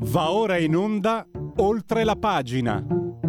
Va ora in onda Oltre la pagina.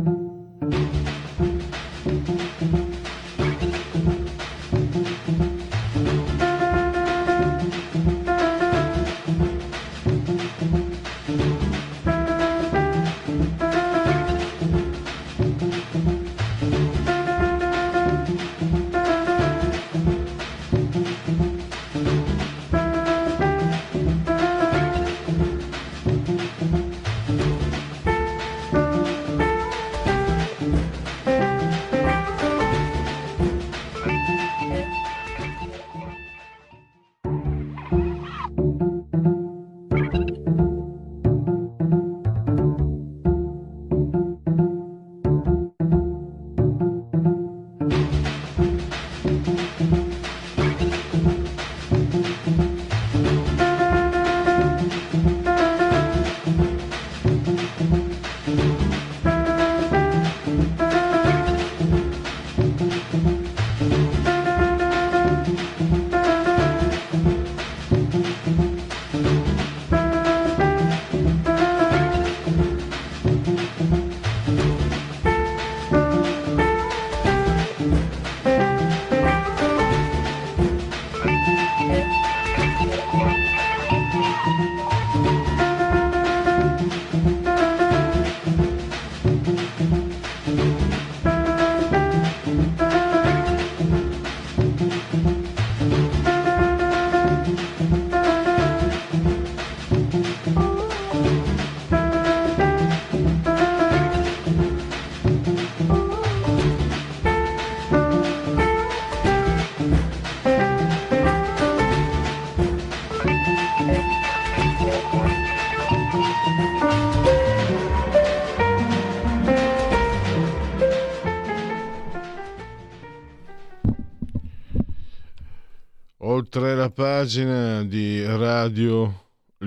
Oltre la pagina di Radio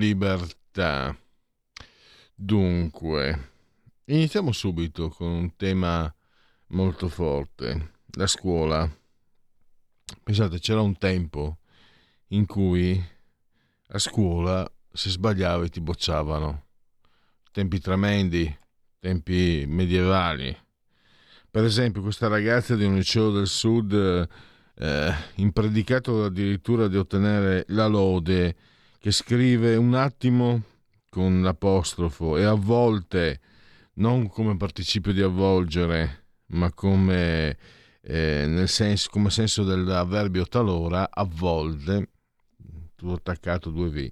Libertà. Dunque, iniziamo subito con un tema molto forte, la scuola. Pensate, c'era un tempo in cui a scuola se sbagliavi ti bocciavano. Tempi tremendi, tempi medievali. Per esempio, questa ragazza di un liceo del sud impredicato addirittura di ottenere la lode, che scrive un attimo con l'apostrofo e a volte non come participio di avvolgere, ma come nel senso, come senso dell'avverbio talora, avvolge, tutto attaccato, 2V,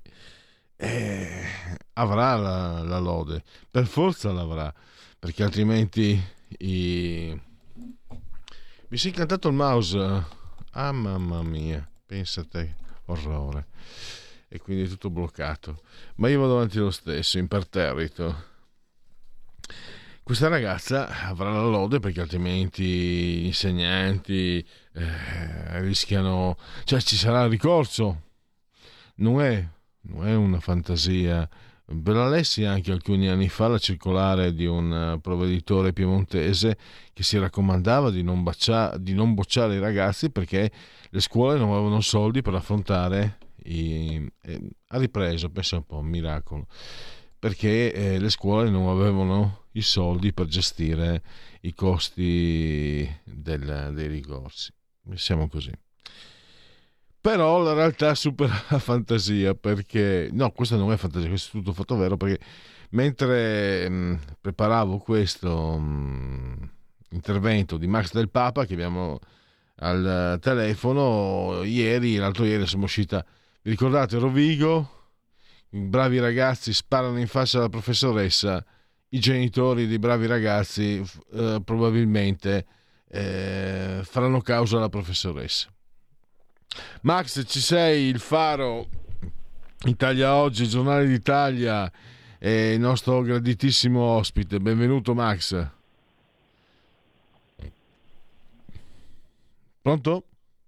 avrà la lode, per forza l'avrà, perché altrimenti mi si è incantato il mouse. Ah, mamma mia, pensa a te, orrore. E quindi è tutto bloccato. Ma io vado avanti lo stesso, imperterrito. Questa ragazza avrà la lode perché altrimenti gli insegnanti rischiano... Cioè ci sarà ricorso. Non è una fantasia. Ve la lessi anche alcuni anni fa la circolare di un provveditore piemontese che si raccomandava di non bocciare i ragazzi perché le scuole non avevano soldi per affrontare ha ripreso, pensa un po', un miracolo, perché le scuole non avevano i soldi per gestire i costi dei ricorsi. Siamo così. Però la realtà supera la fantasia, perché no, questa non è fantasia, questo è tutto fatto vero, perché mentre preparavo questo intervento di Max del Papa che abbiamo al telefono, l'altro ieri siamo uscita, vi ricordate Rovigo? I bravi ragazzi sparano in faccia alla professoressa, i genitori di bravi ragazzi probabilmente faranno causa alla professoressa. Max, ci sei? Il Faro, Italia Oggi, Giornale d'Italia, e il nostro graditissimo ospite. Benvenuto Max. Pronto?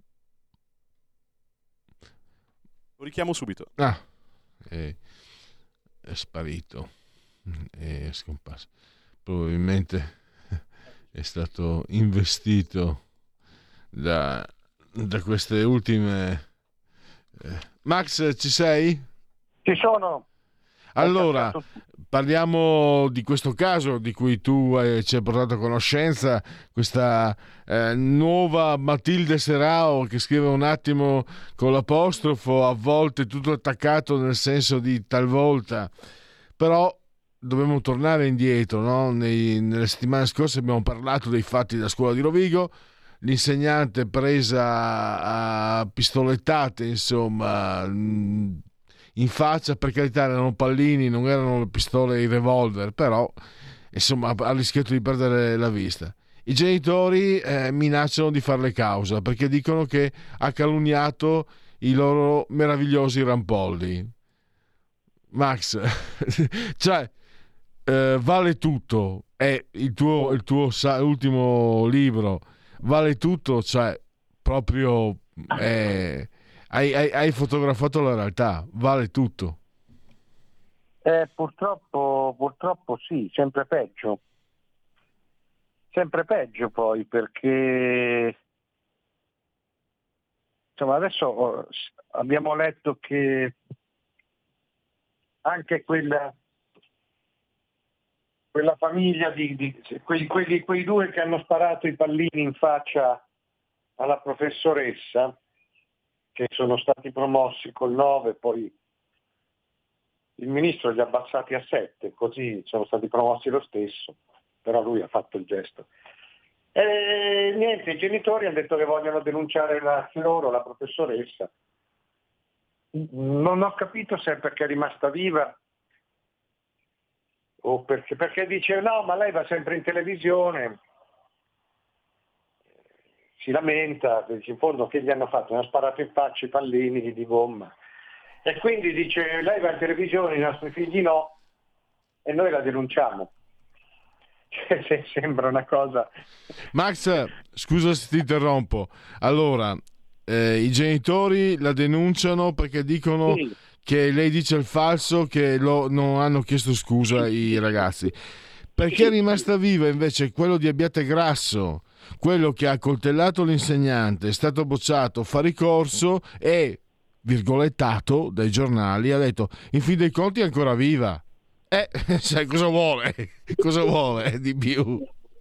Lo richiamo subito. È sparito, è scomparso. Probabilmente è stato investito da queste ultime. Max, ci sei? Ci sono. Allora, parliamo di questo caso di cui tu ci hai portato a conoscenza, questa nuova Matilde Serao che scrive un attimo con l'apostrofo, a volte tutto attaccato nel senso di talvolta, però dobbiamo tornare indietro, no? Nelle settimane scorse abbiamo parlato dei fatti della scuola di Rovigo, l'insegnante presa a pistolettate, insomma, in faccia, per carità erano pallini, non erano le pistole e i revolver, però insomma ha rischiato di perdere la vista. I genitori minacciano di farle causa perché dicono che ha calunniato i loro meravigliosi rampolli. Max, cioè vale tutto, è il tuo ultimo libro, vale tutto, cioè proprio hai fotografato la realtà, vale tutto. Purtroppo sì, sempre peggio poi, perché insomma adesso abbiamo letto che anche quella famiglia di quei due che hanno sparato i pallini in faccia alla professoressa, che sono stati promossi col 9, poi il ministro li ha abbassati a 7, così sono stati promossi lo stesso, però lui ha fatto il gesto. E niente, i genitori hanno detto che vogliono denunciare la professoressa. Non ho capito se è perché è rimasta viva o perché dice no, ma lei va sempre in televisione, si lamenta, dice in fondo che gli hanno fatto? Hanno sparato in faccia i pallini di gomma. E quindi dice lei va in televisione, i nostri figli no, e noi la denunciamo. Cioè, sembra una cosa... Max, scusa se ti interrompo. Allora, i genitori la denunciano perché dicono Sì, che lei dice il falso, che non hanno chiesto scusa i ragazzi. Perché sì, è rimasta viva invece quello di Abbiategrasso, quello che ha accoltellato l'insegnante, è stato bocciato, fa ricorso e, virgolettato dai giornali, ha detto in fin dei conti è ancora viva. Sai cosa vuole? Cosa vuole di più?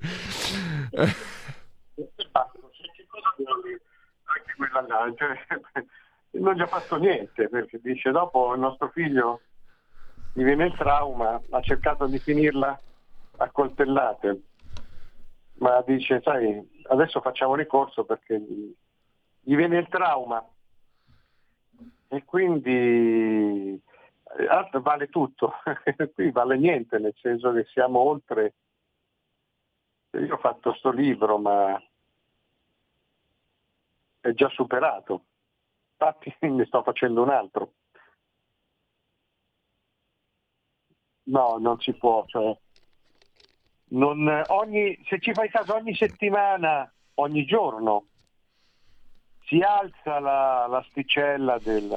Che cosa vuole? Anche quella là, cioè, non gli ha fatto niente, perché dice dopo il nostro figlio gli viene il trauma, ha cercato di finirla a coltellate, ma dice sai adesso facciamo ricorso perché gli viene il trauma e quindi vale tutto. Qui vale niente, nel senso che siamo oltre. Io ho fatto sto libro ma è già superato, infatti ne sto facendo un altro. No, non si può, cioè, se ci fai caso ogni settimana, ogni giorno si alza l'asticella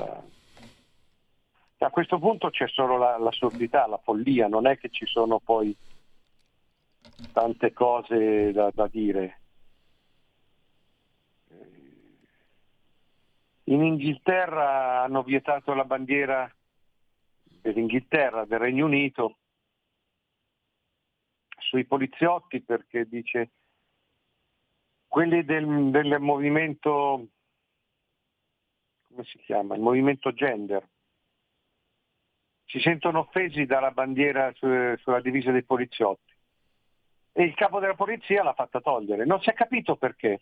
a questo punto c'è solo l'assurdità, la follia, non è che ci sono poi tante cose da dire. In Inghilterra hanno vietato la bandiera dell'Inghilterra, del Regno Unito, sui poliziotti perché dice quelli del movimento, come si chiama? Il movimento gender, si sentono offesi dalla bandiera sulla divisa dei poliziotti. E il capo della polizia l'ha fatta togliere. Non si è capito perché.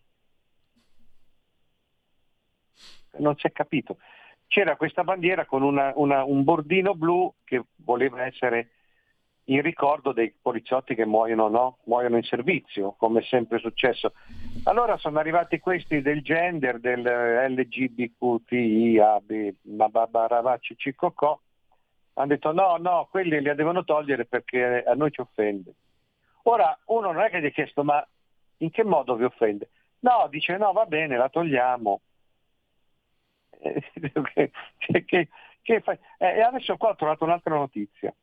Non si è capito. C'era questa bandiera con un bordino blu che voleva essere in ricordo dei poliziotti che muoiono, no? Muoiono in servizio, come è sempre successo. Allora sono arrivati questi del gender, del LGBTQIA, CCCCO, hanno detto no, quelli li devono togliere perché a noi ci offende. Ora uno non è che gli ha chiesto ma in che modo vi offende? No, dice no, va bene, la togliamo. Che fai? E adesso qua ho trovato un'altra notizia.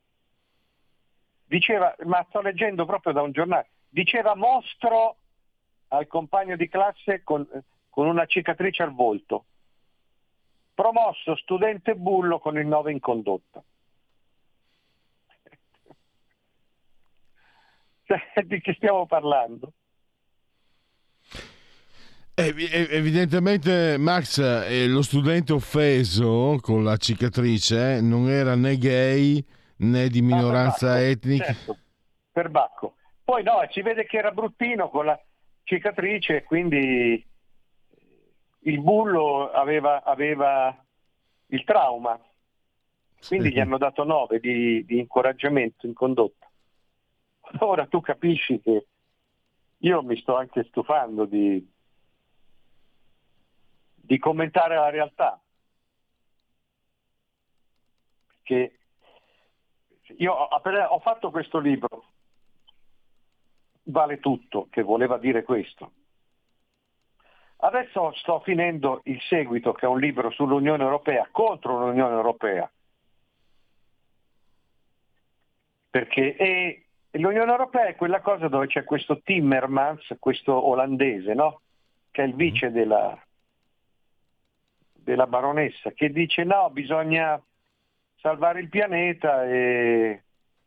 Diceva, ma sto leggendo proprio da un giornale, diceva mostro al compagno di classe con una cicatrice al volto. Promosso studente bullo con il 9 in condotta. Di che stiamo parlando? Evidentemente Max, lo studente offeso con la cicatrice non era né gay né di minoranza etnica. Certo, perbacco. Poi no, si vede che era bruttino con la cicatrice, quindi il bullo aveva il trauma, quindi gli hanno dato 9 di incoraggiamento in condotta. Ora tu capisci che io mi sto anche stufando di commentare la realtà, perché io ho fatto questo libro, Vale tutto, che voleva dire questo. Adesso sto finendo il seguito, che è un libro sull'Unione Europea, contro l'Unione Europea, perché l'Unione Europea è quella cosa dove c'è questo Timmermans, questo olandese, no? Che è il vice della baronessa, che dice no, bisogna salvare il pianeta e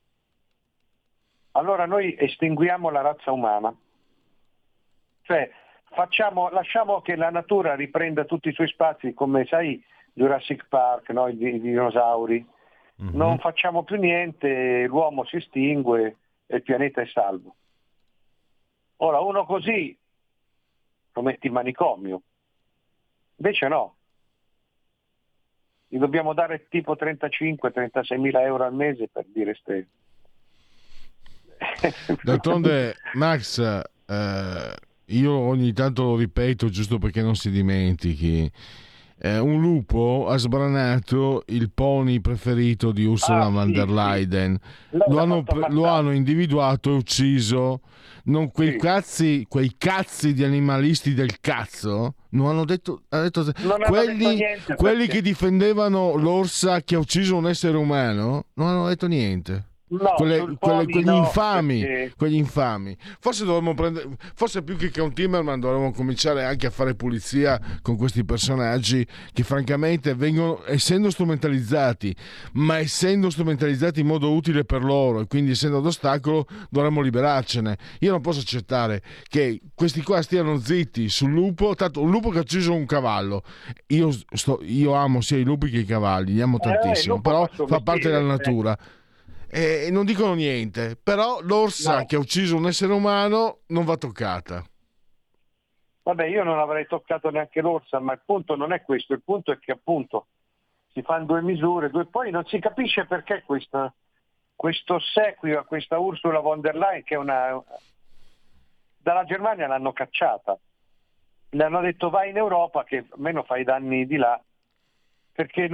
allora noi estinguiamo la razza umana. Cioè lasciamo che la natura riprenda tutti i suoi spazi, come sai Jurassic Park, no? I dinosauri. Mm-hmm. Non facciamo più niente, l'uomo si estingue e il pianeta è salvo. Ora uno così lo metti in manicomio, invece no. Gli dobbiamo dare tipo 35-36 mila euro al mese per dire ste. D'altronde Max, io ogni tanto lo ripeto giusto perché non si dimentichi, un lupo ha sbranato il pony preferito di Ursula von der Leyen. Sì. Lo hanno individuato e ucciso. Non quei cazzi di animalisti del cazzo non hanno detto quelli che difendevano l'orsa che ha ucciso un essere umano non hanno detto niente. No, quegli infami. Forse dovremmo forse più che un Timmerman dovremmo cominciare anche a fare pulizia con questi personaggi che francamente vengono essendo strumentalizzati in modo utile per loro e quindi essendo d'ostacolo dovremmo liberarcene. Io non posso accettare che questi qua stiano zitti sul lupo, tanto un lupo che ha ucciso un cavallo. Io amo sia i lupi che i cavalli, li amo tantissimo, però fa parte della natura. E non dicono niente, però l'orsa che ha ucciso un essere umano non va toccata. Vabbè, io non avrei toccato neanche l'orsa, ma il punto non è questo, il punto è che appunto si fanno due misure, poi non si capisce perché questo ossequio a questa Ursula von der Leyen, che è dalla Germania l'hanno cacciata, le hanno detto vai in Europa che almeno fai danni di là, perché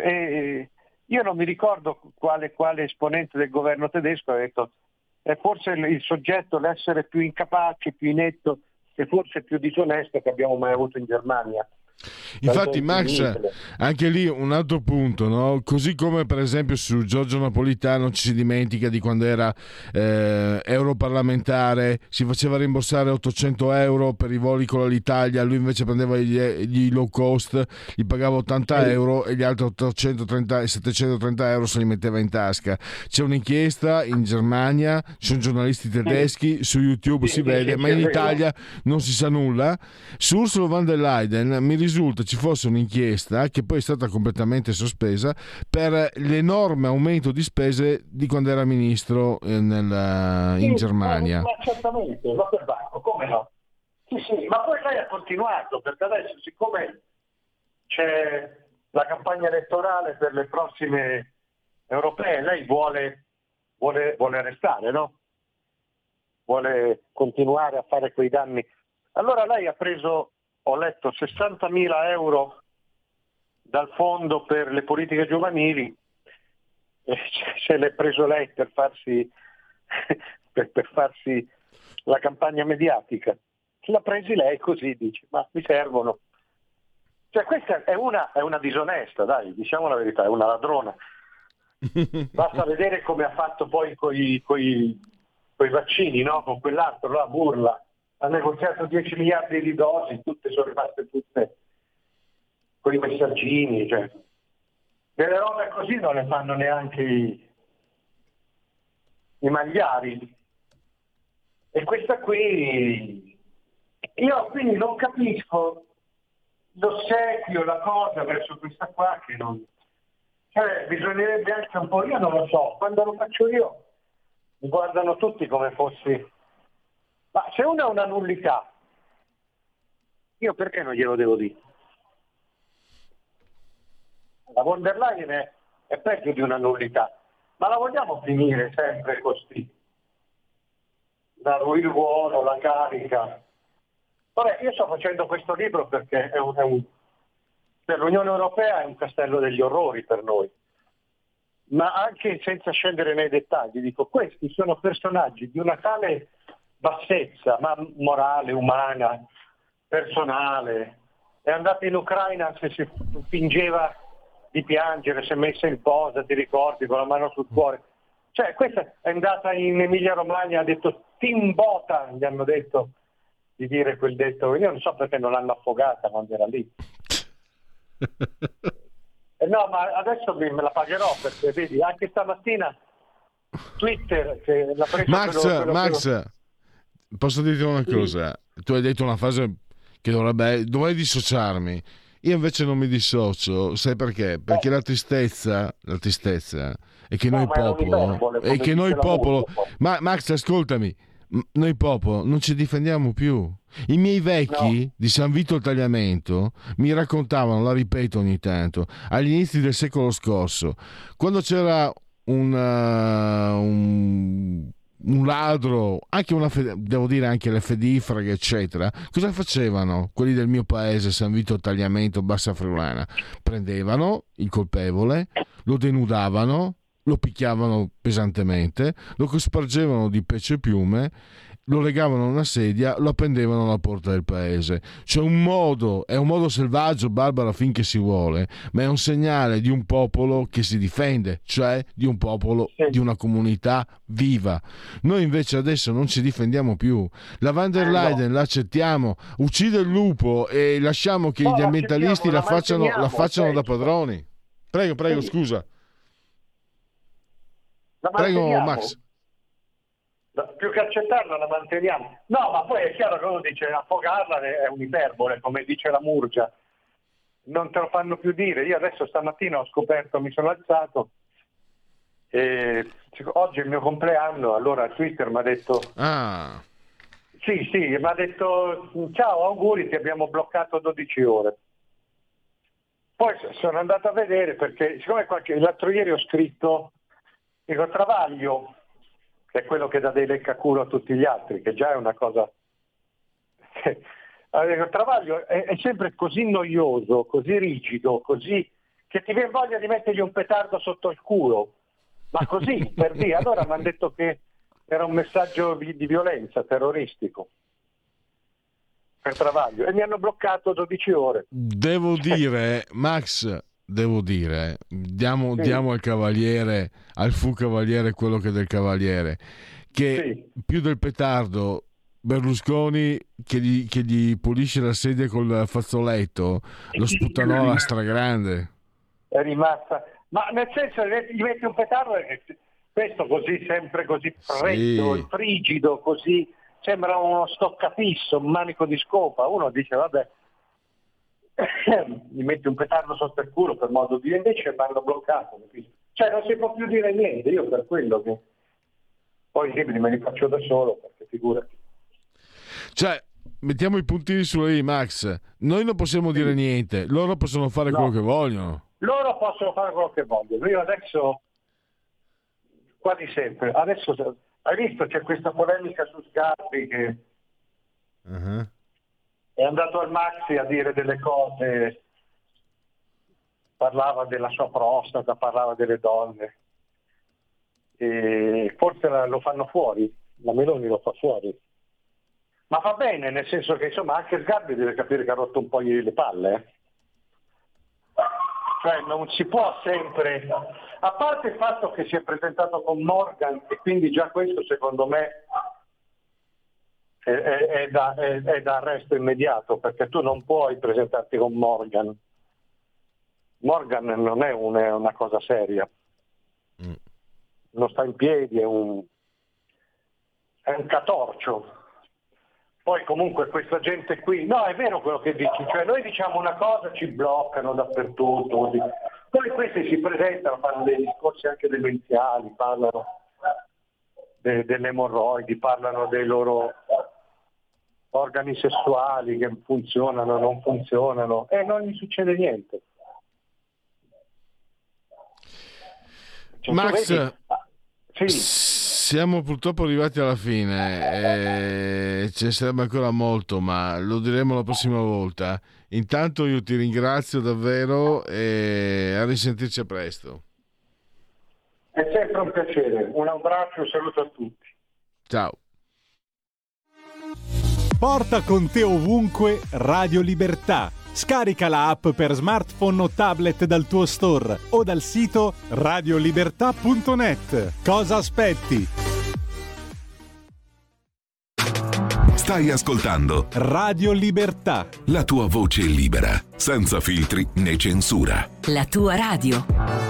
io non mi ricordo quale esponente del governo tedesco ha detto è forse il soggetto, l'essere più incapace, più inetto e forse più disonesto che abbiamo mai avuto in Germania. Infatti Max, anche lì un altro punto, no? Così come per esempio su Giorgio Napolitano ci si dimentica di quando era europarlamentare, si faceva rimborsare 800 euro per i voli con l'Italia, lui invece prendeva gli low cost, gli pagava 80 euro e gli altri 830 e 730 euro se li metteva in tasca. C'è un'inchiesta in Germania, ci sono giornalisti tedeschi, su YouTube si vede, ma in Italia non si sa nulla. Su Ursula von der Leyen mi risulta ci fosse un'inchiesta che poi è stata completamente sospesa per l'enorme aumento di spese di quando era ministro in Germania. Ma certamente, come no? Sì, ma poi lei ha continuato, perché adesso siccome c'è la campagna elettorale per le prossime europee, lei vuole restare, no? Vuole continuare a fare quei danni. Allora lei ha preso, ho letto, 60.000 euro dal fondo per le politiche giovanili, se l'è preso lei per farsi per farsi la campagna mediatica. L'ha presi lei così, dice, ma mi servono. Cioè questa è una disonesta, dai, diciamo la verità, è una ladrona. Basta vedere come ha fatto poi coi vaccini, no? Con quell'altro, la Burla. Ha negoziato 10 miliardi di dosi, tutte sono rimaste tutte con i messaggini, cioè. Delle robe così non le fanno neanche i magliari. E questa qui, io quindi non capisco l'ossequio, la cosa verso questa qua che non... Cioè, bisognerebbe anche un po', io non lo so, quando lo faccio io mi guardano tutti come fossi... Ma se uno ha una nullità, io perché non glielo devo dire? La von der Leyen è peggio di una nullità, ma la vogliamo finire sempre così? Il ruolo, la carica. Vabbè, io sto facendo questo libro perché per l'Unione Europea è un castello degli orrori per noi, ma anche senza scendere nei dettagli, dico, questi sono personaggi di una tale bassezza, ma morale, umana, personale. È andata in Ucraina, se si fingeva di piangere, si è messa in posa, ti ricordi, con la mano sul cuore. Cioè, questa è andata in Emilia Romagna, ha detto Timbota, gli hanno detto di dire quel detto, io non so perché non l'hanno affogata quando era lì. No, ma adesso me la pagherò, perché vedi, anche stamattina Twitter che l'ha preso Max, posso dirti una cosa? Tu hai detto una frase che dovrei dissociarmi. Io invece non mi dissocio, sai perché? Perché la tristezza è che noi popolo, ma Max, ascoltami, noi popolo non ci difendiamo più. I miei vecchi di San Vito al Tagliamento mi raccontavano, la ripeto ogni tanto, agli inizi del secolo scorso, quando c'era un ladro, anche devo dire anche le fedifraghe eccetera, cosa facevano quelli del mio paese, San Vito al Tagliamento, Bassa Friulana? Prendevano il colpevole, lo denudavano, lo picchiavano pesantemente, lo cospargevano di pece e piume, lo legavano a una sedia, lo appendevano alla porta del paese. Cioè è un modo selvaggio, barbaro finché si vuole, ma è un segnale di un popolo che si difende, cioè di un popolo, di una comunità viva. Noi invece adesso non ci difendiamo più. La van der Leyen l'accettiamo, uccide il lupo e lasciamo che gli ambientalisti la facciano da padroni. Prego, scusa. Prego, Max. Più che accettarla la manteniamo. No, ma poi è chiaro che uno dice affogarla è un'iperbole, come dice la Murgia. Non te lo fanno più dire. Io adesso stamattina ho scoperto, mi sono alzato e oggi è il mio compleanno, allora Twitter mi ha detto sì, mi ha detto ciao, auguri, ti abbiamo bloccato 12 ore. Poi sono andato a vedere perché siccome l'altro ieri ho scritto, dico, Travaglio, che è quello che dà dei leccaculo a tutti gli altri, che già è una cosa... Il Travaglio è sempre così noioso, così rigido, così che ti viene voglia di mettergli un petardo sotto il culo, ma così, per dire. Allora mi hanno detto che era un messaggio di violenza terroristico per Travaglio e mi hanno bloccato 12 ore. Devo dire, diamo al cavaliere, al fu cavaliere quello che è del cavaliere, che più del petardo Berlusconi che gli pulisce la sedia col fazzoletto lo sputtanò alla stragrande. È rimasta, ma nel senso gli metti un petardo e questo così sempre così freddo, frigido, così sembra uno stoccafisso, un manico di scopa. Uno dice vabbè, gli metti un petardo sotto il culo per modo di dire, invece mi hanno bloccato, cioè non si può più dire niente. Io per quello che poi i libri me li faccio da solo, perché figurati. Cioè mettiamo i puntini sulle i, Max, noi non possiamo dire niente, loro possono fare quello che vogliono. Loro possono fare quello che vogliono. Io adesso quasi sempre, adesso hai visto c'è questa polemica su Sgarbi che è andato al Maxi a dire delle cose, parlava della sua prostata, parlava delle donne, e forse lo fanno fuori, la Meloni lo fa fuori, ma va bene, nel senso che insomma anche Sgarbi deve capire che ha rotto un po' le palle, Cioè non si può sempre, a parte il fatto che si è presentato con Morgan, e quindi già questo secondo me è da arresto immediato, perché tu non puoi presentarti con Morgan. Morgan non è una cosa seria, non sta in piedi, è è un catorcio. Poi comunque questa gente qui, no, è vero quello che dici, cioè noi diciamo una cosa, ci bloccano dappertutto, poi questi si presentano, fanno dei discorsi anche demenziali, parlano delle emorroidi, parlano dei loro organi sessuali che funzionano, non funzionano, e non gli succede niente. Cioè, Max, sì. siamo purtroppo arrivati alla fine, ce ne sarebbe ancora molto, ma lo diremo la prossima volta. Intanto io ti ringrazio davvero e a risentirci presto. È sempre un piacere, un abbraccio, un saluto a tutti. Ciao. Porta con te ovunque Radio Libertà. Scarica la app per smartphone o tablet dal tuo store o dal sito radiolibertà.net. Cosa aspetti? Stai ascoltando Radio Libertà. la tua voce libera, senza filtri né censura. La tua radio.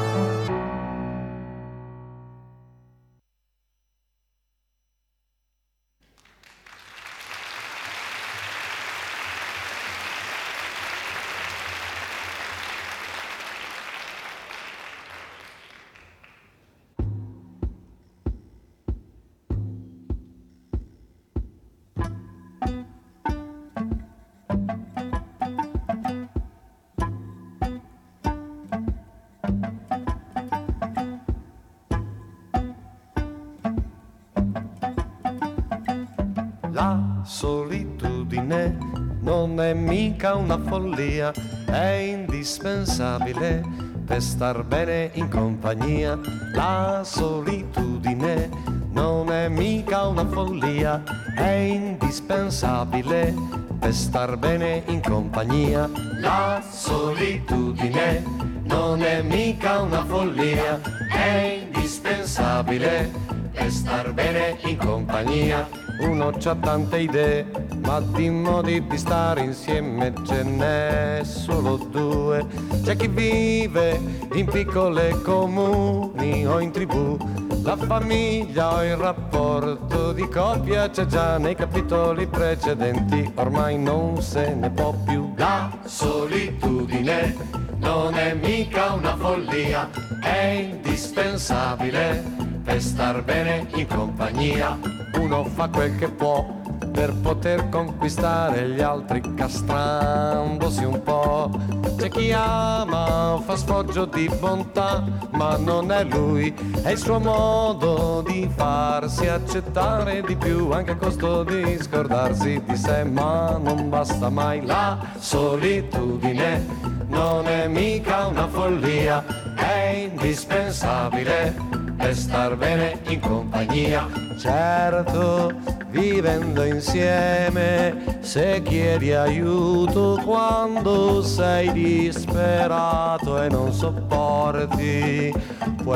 La solitudine non è mica una follia, è indispensabile per star bene in compagnia. La solitudine non è mica una follia, è indispensabile per star bene in compagnia. La solitudine non è mica una follia, è indispensabile per star bene in compagnia. Uno c'ha tante idee, ma di modi di stare insieme ce n'è solo due. C'è chi vive in piccole comuni o in tribù, la famiglia o il rapporto di coppia c'è già nei capitoli precedenti, ormai non se ne può più. La solitudine non è mica una follia, è indispensabile per star bene in compagnia. Uno fa quel che può per poter conquistare gli altri castrandosi un po'. C'è chi ama, fa sfoggio di bontà, ma non è lui, è il suo modo di farsi accettare di più, anche a costo di scordarsi di sé, ma non basta mai. La solitudine non è mica una follia, è indispensabile per star bene in compagnia. Certo, vivendo insieme, se chiedi aiuto quando sei disperato e non sopporti, puoi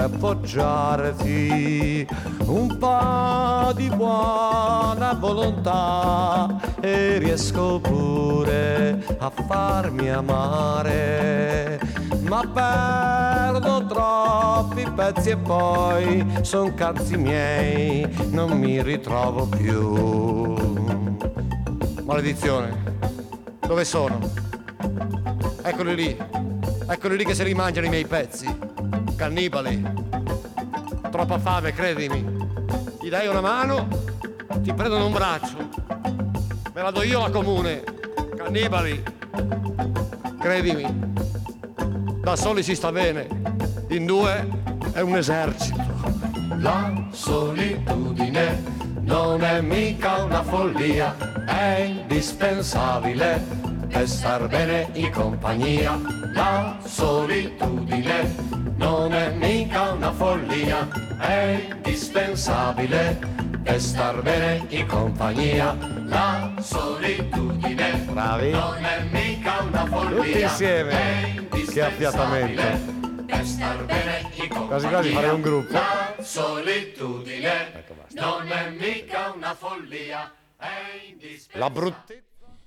appoggiarti un po' di buona volontà e riesco pure a farmi amare, ma perdo troppi pezzi e poi son cazzi miei, non mi ritrovo più. Maledizione, dove sono? Eccoli lì che si rimangiano i miei pezzi, cannibali. Troppa fame, credimi. Gli dai una mano, ti prendono un braccio, me la do io la comune, cannibali. Credimi, da soli si sta bene, in due è un esercito. La solitudine non è mica una follia, è indispensabile per star bene in compagnia. La solitudine non è mica una follia, è indispensabile per star bene in compagnia. La solitudine bravi, non è mica una follia, tutti insieme, che affiatamento. Per star bene in compagnia. Quasi quasi farei un gruppo. La solitudine non è mica una follia, è indispensabile. La bruttezza.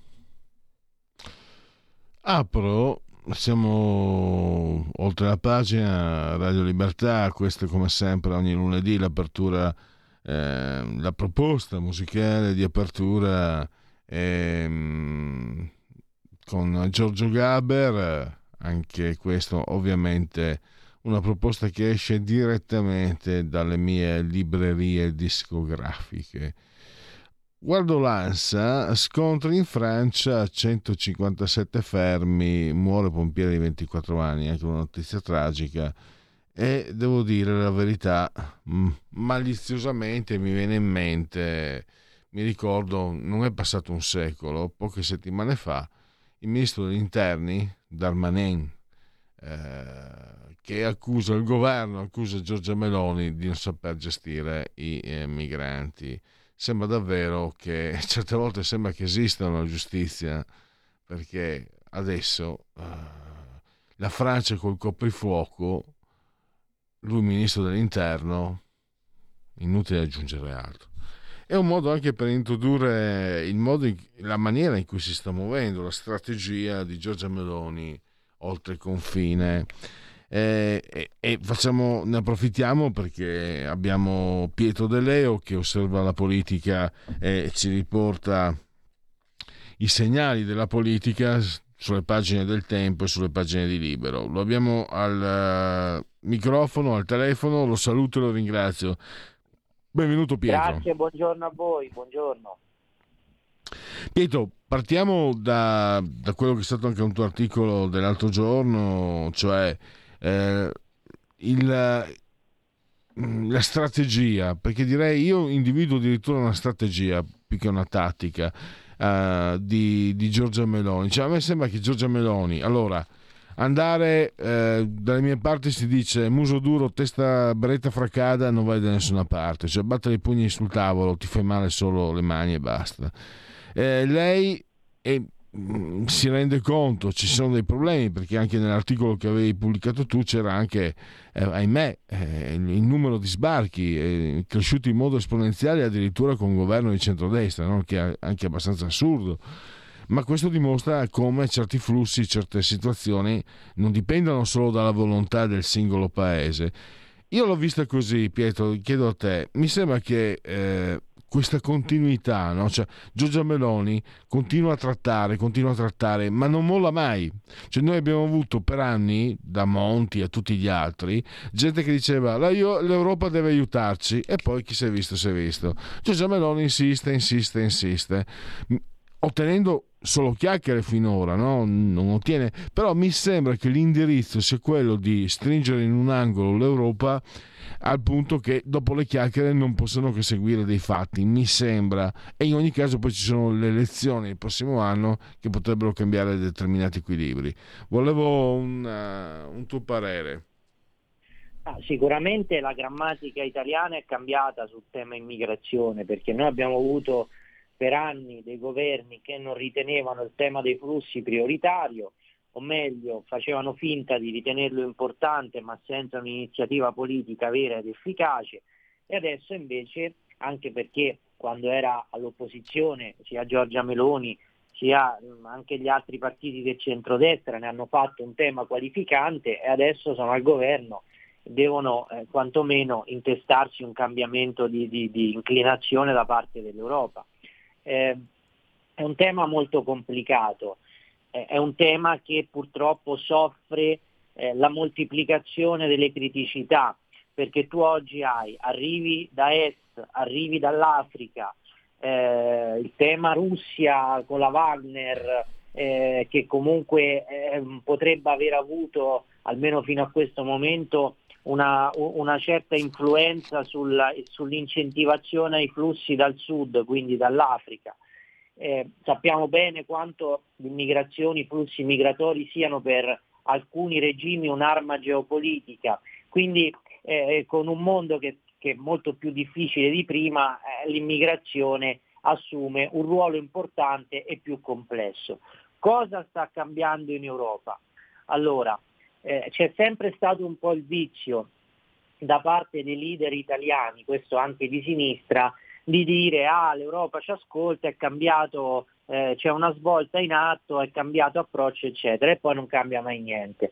Apro, siamo oltre la pagina Radio Libertà, questo come sempre ogni lunedì l'apertura la proposta musicale di apertura con Giorgio Gaber, anche questo ovviamente una proposta che esce direttamente dalle mie librerie discografiche. Guardo l'ANSA, scontri in Francia, 157 fermi, muore pompiere di 24 anni, anche una notizia tragica, e devo dire la verità, maliziosamente mi viene in mente, mi ricordo, non è passato un secolo, poche settimane fa, il ministro degli interni, Darmanin, che accusa il governo, accusa Giorgia Meloni di non saper gestire i migranti. Sembra davvero che certe volte sembra che esista una giustizia, perché adesso la Francia col coprifuoco, lui ministro dell'interno, inutile aggiungere altro. È un modo anche per introdurre la maniera in cui si sta muovendo la strategia di Giorgia Meloni oltre il confine. E ne approfittiamo perché abbiamo Pietro De Leo che osserva la politica e ci riporta i segnali della politica sulle pagine del Tempo e sulle pagine di Libero. Lo abbiamo al microfono, al telefono, lo saluto e lo ringrazio. Benvenuto Pietro. Grazie, buongiorno a voi, buongiorno. Pietro, partiamo da quello che è stato anche un tuo articolo dell'altro giorno, cioè la strategia, perché direi io individuo addirittura una strategia più che una tattica di Giorgia Meloni. Cioè, a me sembra che Giorgia Meloni, allora, andare dalle mie parti si dice muso duro, testa beretta fracada, non vai da nessuna parte, cioè battere i pugni sul tavolo, ti fai male solo le mani e basta. Lei si rende conto, ci sono dei problemi, perché anche nell'articolo che avevi pubblicato tu c'era anche, ahimè, il numero di sbarchi cresciuto in modo esponenziale addirittura con un governo di centrodestra, no? Che è anche abbastanza assurdo. Ma questo dimostra come certi flussi, certe situazioni non dipendono solo dalla volontà del singolo paese. Io l'ho vista così, Pietro, chiedo a te, mi sembra che questa continuità, no? Cioè, Giorgia Meloni continua a trattare, ma non molla mai. Cioè, noi abbiamo avuto per anni, da Monti a tutti gli altri, gente che diceva l'Europa deve aiutarci, e poi chi si è visto si è visto. Giorgia Meloni insiste, ottenendo solo chiacchiere finora, no? Non ottiene, però mi sembra che l'indirizzo sia quello di stringere in un angolo l'Europa, al punto che dopo le chiacchiere non possono che seguire dei fatti, mi sembra, e in ogni caso poi ci sono le elezioni il prossimo anno che potrebbero cambiare determinati equilibri. Volevo un tuo parere. Sicuramente la grammatica italiana è cambiata sul tema immigrazione, perché noi abbiamo avuto per anni dei governi che non ritenevano il tema dei flussi prioritario, o meglio, facevano finta di ritenerlo importante ma senza un'iniziativa politica vera ed efficace, e adesso invece, anche perché quando era all'opposizione sia Giorgia Meloni sia anche gli altri partiti del centrodestra ne hanno fatto un tema qualificante, e adesso sono al governo, devono quantomeno intestarsi un cambiamento di inclinazione da parte dell'Europa. È un tema molto complicato, è un tema che purtroppo soffre la moltiplicazione delle criticità, perché tu oggi arrivi da est, arrivi dall'Africa, il tema Russia con la Wagner, che comunque potrebbe aver avuto, almeno fino a questo momento, una certa influenza sull'incentivazione ai flussi dal sud, quindi dall'Africa. Sappiamo bene quanto le immigrazioni, i flussi migratori siano per alcuni regimi un'arma geopolitica, quindi con un mondo che è molto più difficile di prima, l'immigrazione assume un ruolo importante e più complesso. Cosa sta cambiando in Europa? Allora, c'è sempre stato un po' il vizio da parte dei leader italiani, questo anche di sinistra, di dire l'Europa ci ascolta, è cambiato, c'è una svolta in atto, è cambiato approccio eccetera, e poi non cambia mai niente.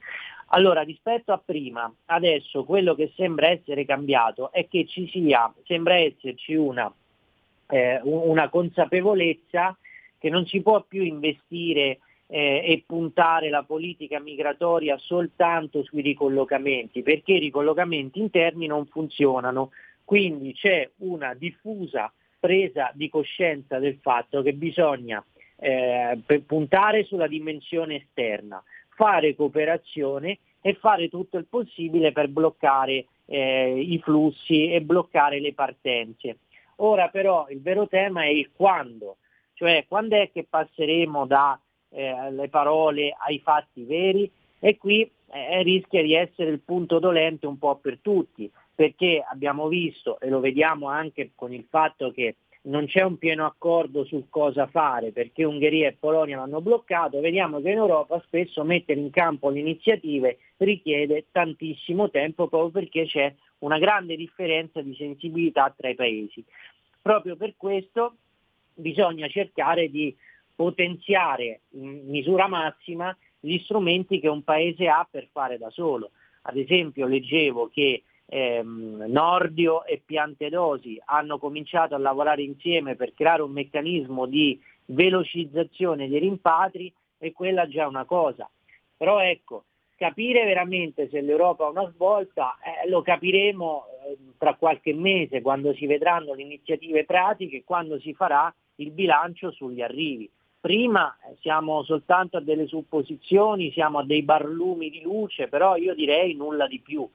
Allora, rispetto a prima, adesso quello che sembra essere cambiato è che sembra esserci una consapevolezza che non si può più investire e puntare la politica migratoria soltanto sui ricollocamenti, perché i ricollocamenti interni non funzionano. Quindi c'è una diffusa presa di coscienza del fatto che bisogna puntare sulla dimensione esterna, fare cooperazione e fare tutto il possibile per bloccare i flussi e bloccare le partenze. Ora però il vero tema è il quando, cioè quando è che passeremo dalle parole ai fatti veri, e qui rischia di essere il punto dolente un po' per tutti, perché abbiamo visto, e lo vediamo anche con il fatto che non c'è un pieno accordo sul cosa fare, perché Ungheria e Polonia l'hanno bloccato, vediamo che in Europa spesso mettere in campo le iniziative richiede tantissimo tempo, proprio perché c'è una grande differenza di sensibilità tra i paesi. Proprio per questo bisogna cercare di potenziare in misura massima gli strumenti che un paese ha per fare da solo. Ad esempio leggevo che Nordio e Piantedosi hanno cominciato a lavorare insieme per creare un meccanismo di velocizzazione dei rimpatri, e quella già è una cosa. Però ecco, capire veramente se l'Europa ha una svolta lo capiremo tra qualche mese, quando si vedranno le iniziative pratiche, quando si farà il bilancio sugli arrivi. Prima siamo soltanto a delle supposizioni, siamo a dei barlumi di luce, però io direi nulla di più.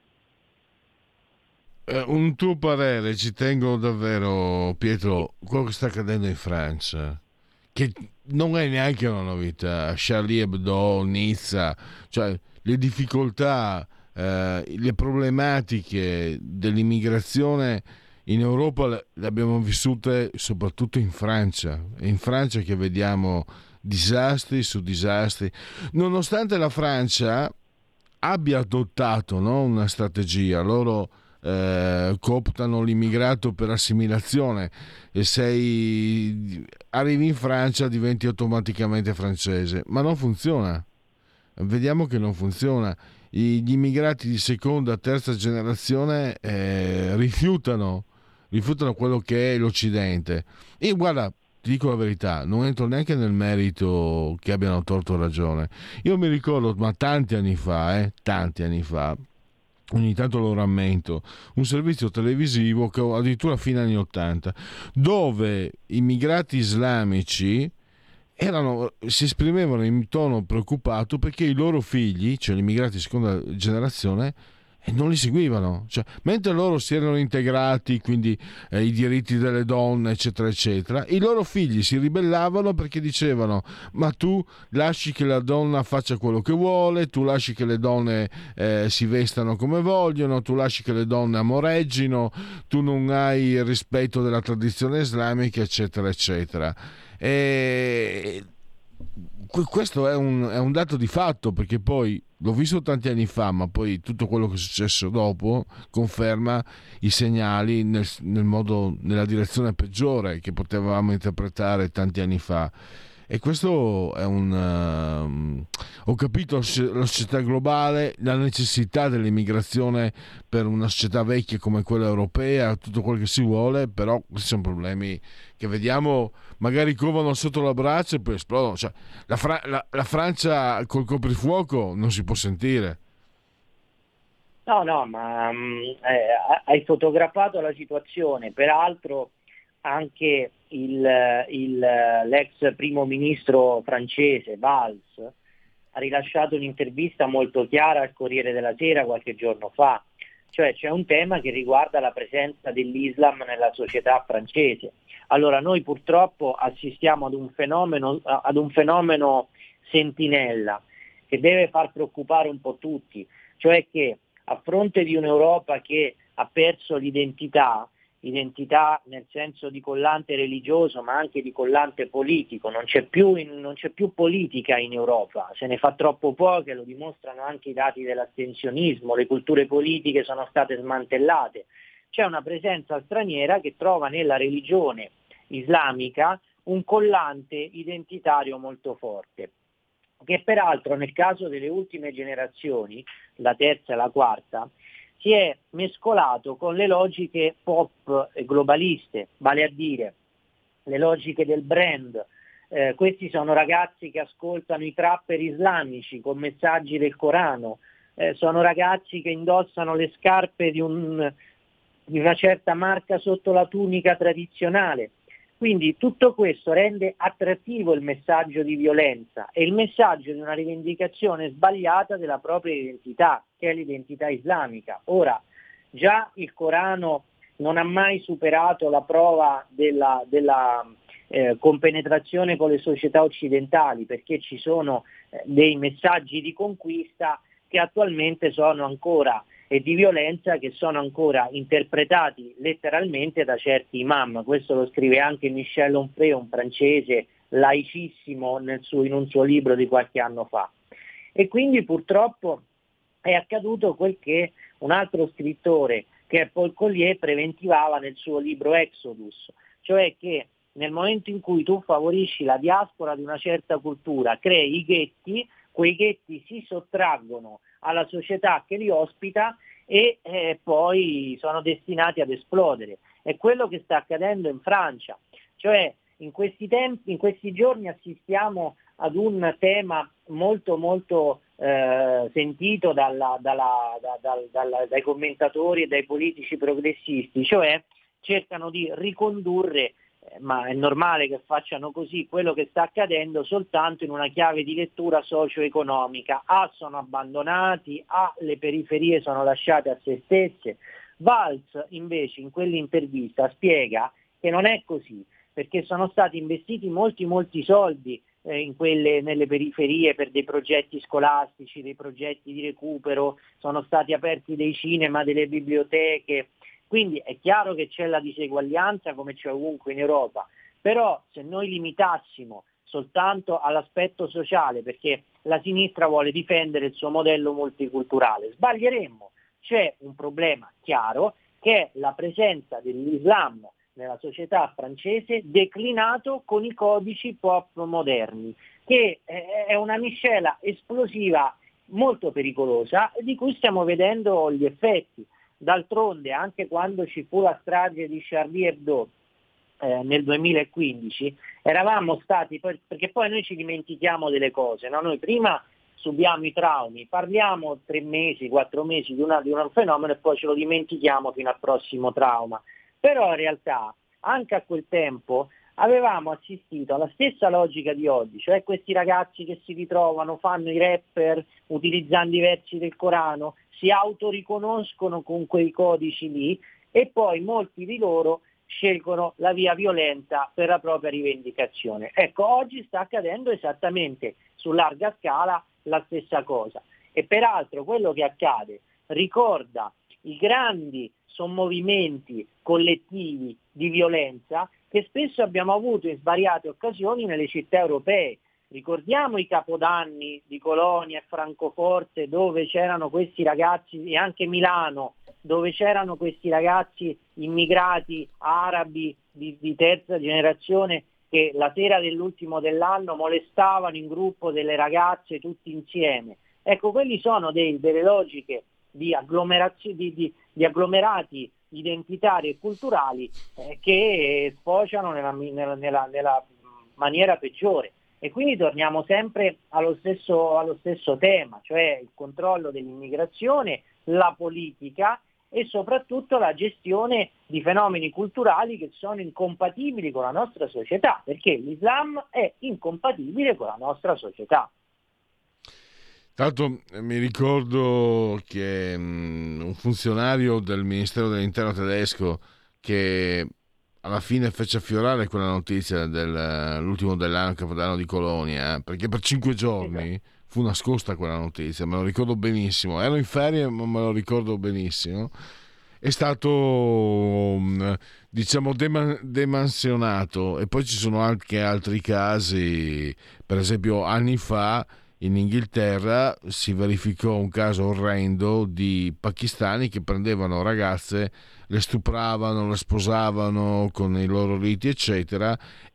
Un tuo parere, ci tengo davvero, Pietro, quello che sta accadendo in Francia, che non è neanche una novità, Charlie Hebdo, Nizza, cioè le difficoltà, le problematiche dell'immigrazione in Europa le abbiamo vissute soprattutto in Francia. È in Francia che vediamo disastri su disastri, nonostante la Francia abbia adottato, no, una strategia. Loro cooptano l'immigrato per assimilazione, e se arrivi in Francia diventi automaticamente francese, ma non funziona. Vediamo che non funziona. Gli immigrati di seconda, terza generazione rifiutano quello che è l'Occidente. E guarda, ti dico la verità, non entro neanche nel merito che abbiano torto o ragione. Io mi ricordo, ma tanti anni fa, ogni tanto lo rammento, un servizio televisivo che addirittura fino agli anni 80, dove immigrati islamici si esprimevano in tono preoccupato perché i loro figli, cioè gli immigrati di seconda generazione, non li seguivano, cioè, mentre loro si erano integrati, quindi i diritti delle donne eccetera eccetera, i loro figli si ribellavano perché dicevano: ma tu lasci che la donna faccia quello che vuole, tu lasci che le donne si vestano come vogliono, tu lasci che le donne amoreggino, tu non hai il rispetto della tradizione islamica eccetera eccetera. E questo è un dato di fatto, perché poi l'ho visto tanti anni fa, ma poi tutto quello che è successo dopo conferma i segnali nella direzione peggiore che potevamo interpretare tanti anni fa. E questo è ho capito la società globale, la necessità dell'immigrazione per una società vecchia come quella europea, tutto quello che si vuole, però questi sono problemi che vediamo, magari covano sotto la braccia e poi esplodono. Cioè, la Francia col coprifuoco non si può sentire. No, ma hai fotografato la situazione. Peraltro anche l'ex primo ministro francese Valls ha rilasciato un'intervista molto chiara al Corriere della Sera qualche giorno fa. Cioè c'è un tema che riguarda la presenza dell'Islam nella società francese. Allora noi purtroppo assistiamo ad un fenomeno sentinella che deve far preoccupare un po' tutti, cioè che a fronte di un'Europa che ha perso l'identità nel senso di collante religioso ma anche di collante politico, non c'è più politica in Europa, se ne fa troppo poche, lo dimostrano anche i dati dell'astensionismo, le culture politiche sono state smantellate, c'è una presenza straniera che trova nella religione islamica un collante identitario molto forte. che peraltro nel caso delle ultime generazioni, la terza e la quarta, si è mescolato con le logiche pop e globaliste, vale a dire le logiche del brand. Questi sono ragazzi che ascoltano i trapper islamici con messaggi del Corano, sono ragazzi che indossano le scarpe di una certa marca sotto la tunica tradizionale. Quindi tutto questo rende attrattivo il messaggio di violenza e il messaggio di una rivendicazione sbagliata della propria identità, che è l'identità islamica. Ora, già il Corano non ha mai superato la prova della compenetrazione con le società occidentali, perché ci sono dei messaggi di conquista che attualmente sono ancora e di violenza che sono ancora interpretati letteralmente da certi imam. Questo lo scrive anche Michel Onfray, un francese laicissimo in un suo libro di qualche anno fa. E quindi purtroppo è accaduto quel che un altro scrittore, che è Paul Collier, preventivava nel suo libro Exodus, cioè che nel momento in cui tu favorisci la diaspora di una certa cultura, crei i ghetti, quei ghetti si sottraggono alla società che li ospita e poi sono destinati ad esplodere. È quello che sta accadendo in Francia, cioè in questi giorni assistiamo ad un tema molto molto sentito dai commentatori e dai politici progressisti, cioè cercano di ricondurre, ma è normale che facciano così, quello che sta accadendo soltanto in una chiave di lettura socio-economica. Sono abbandonati, le periferie sono lasciate a se stesse. Valls invece in quell'intervista spiega che non è così, perché sono stati investiti molti soldi nelle periferie per dei progetti scolastici, dei progetti di recupero, sono stati aperti dei cinema, delle biblioteche. Quindi è chiaro che c'è la diseguaglianza come c'è ovunque in Europa, però se noi limitassimo soltanto all'aspetto sociale, perché la sinistra vuole difendere il suo modello multiculturale, sbaglieremmo. C'è un problema chiaro che è la presenza dell'Islam nella società francese declinato con i codici pop moderni, che è una miscela esplosiva molto pericolosa di cui stiamo vedendo gli effetti. D'altronde, anche quando ci fu la strage di Charlie Hebdo nel 2015, eravamo stati, perché poi noi ci dimentichiamo delle cose, no? Noi prima subiamo i traumi, parliamo 3 mesi, 4 mesi di un fenomeno e poi ce lo dimentichiamo fino al prossimo trauma. Però in realtà, anche a quel tempo, avevamo assistito alla stessa logica di oggi, cioè questi ragazzi che si ritrovano, fanno i rapper utilizzando i versi del Corano, si autoriconoscono con quei codici lì e poi molti di loro scelgono la via violenta per la propria rivendicazione. Ecco, oggi sta accadendo esattamente su larga scala la stessa cosa. E peraltro quello che accade ricorda i grandi sommovimenti collettivi di violenza che spesso abbiamo avuto in svariate occasioni nelle città europee. Ricordiamo i capodanni di Colonia e Francoforte, dove c'erano questi ragazzi, e anche Milano, dove c'erano questi ragazzi immigrati arabi di terza generazione che la sera dell'ultimo dell'anno molestavano in gruppo delle ragazze tutti insieme. Ecco, quelli sono delle logiche di agglomerati identitari e culturali che sfociano nella maniera peggiore. E quindi torniamo sempre allo stesso tema, cioè il controllo dell'immigrazione, la politica e soprattutto la gestione di fenomeni culturali che sono incompatibili con la nostra società, perché l'Islam è incompatibile con la nostra società. Tanto mi ricordo che un funzionario del Ministero dell'Interno tedesco che alla fine fece affiorare quella notizia dell'ultimo dell'anno, Capodanno di Colonia, perché per 5 giorni fu nascosta quella notizia, me lo ricordo benissimo, ero in ferie ma me lo ricordo benissimo. È stato diciamo demansionato e poi ci sono anche altri casi, per esempio anni fa in Inghilterra si verificò un caso orrendo di pakistani che prendevano ragazze, le stupravano, le sposavano con i loro riti eccetera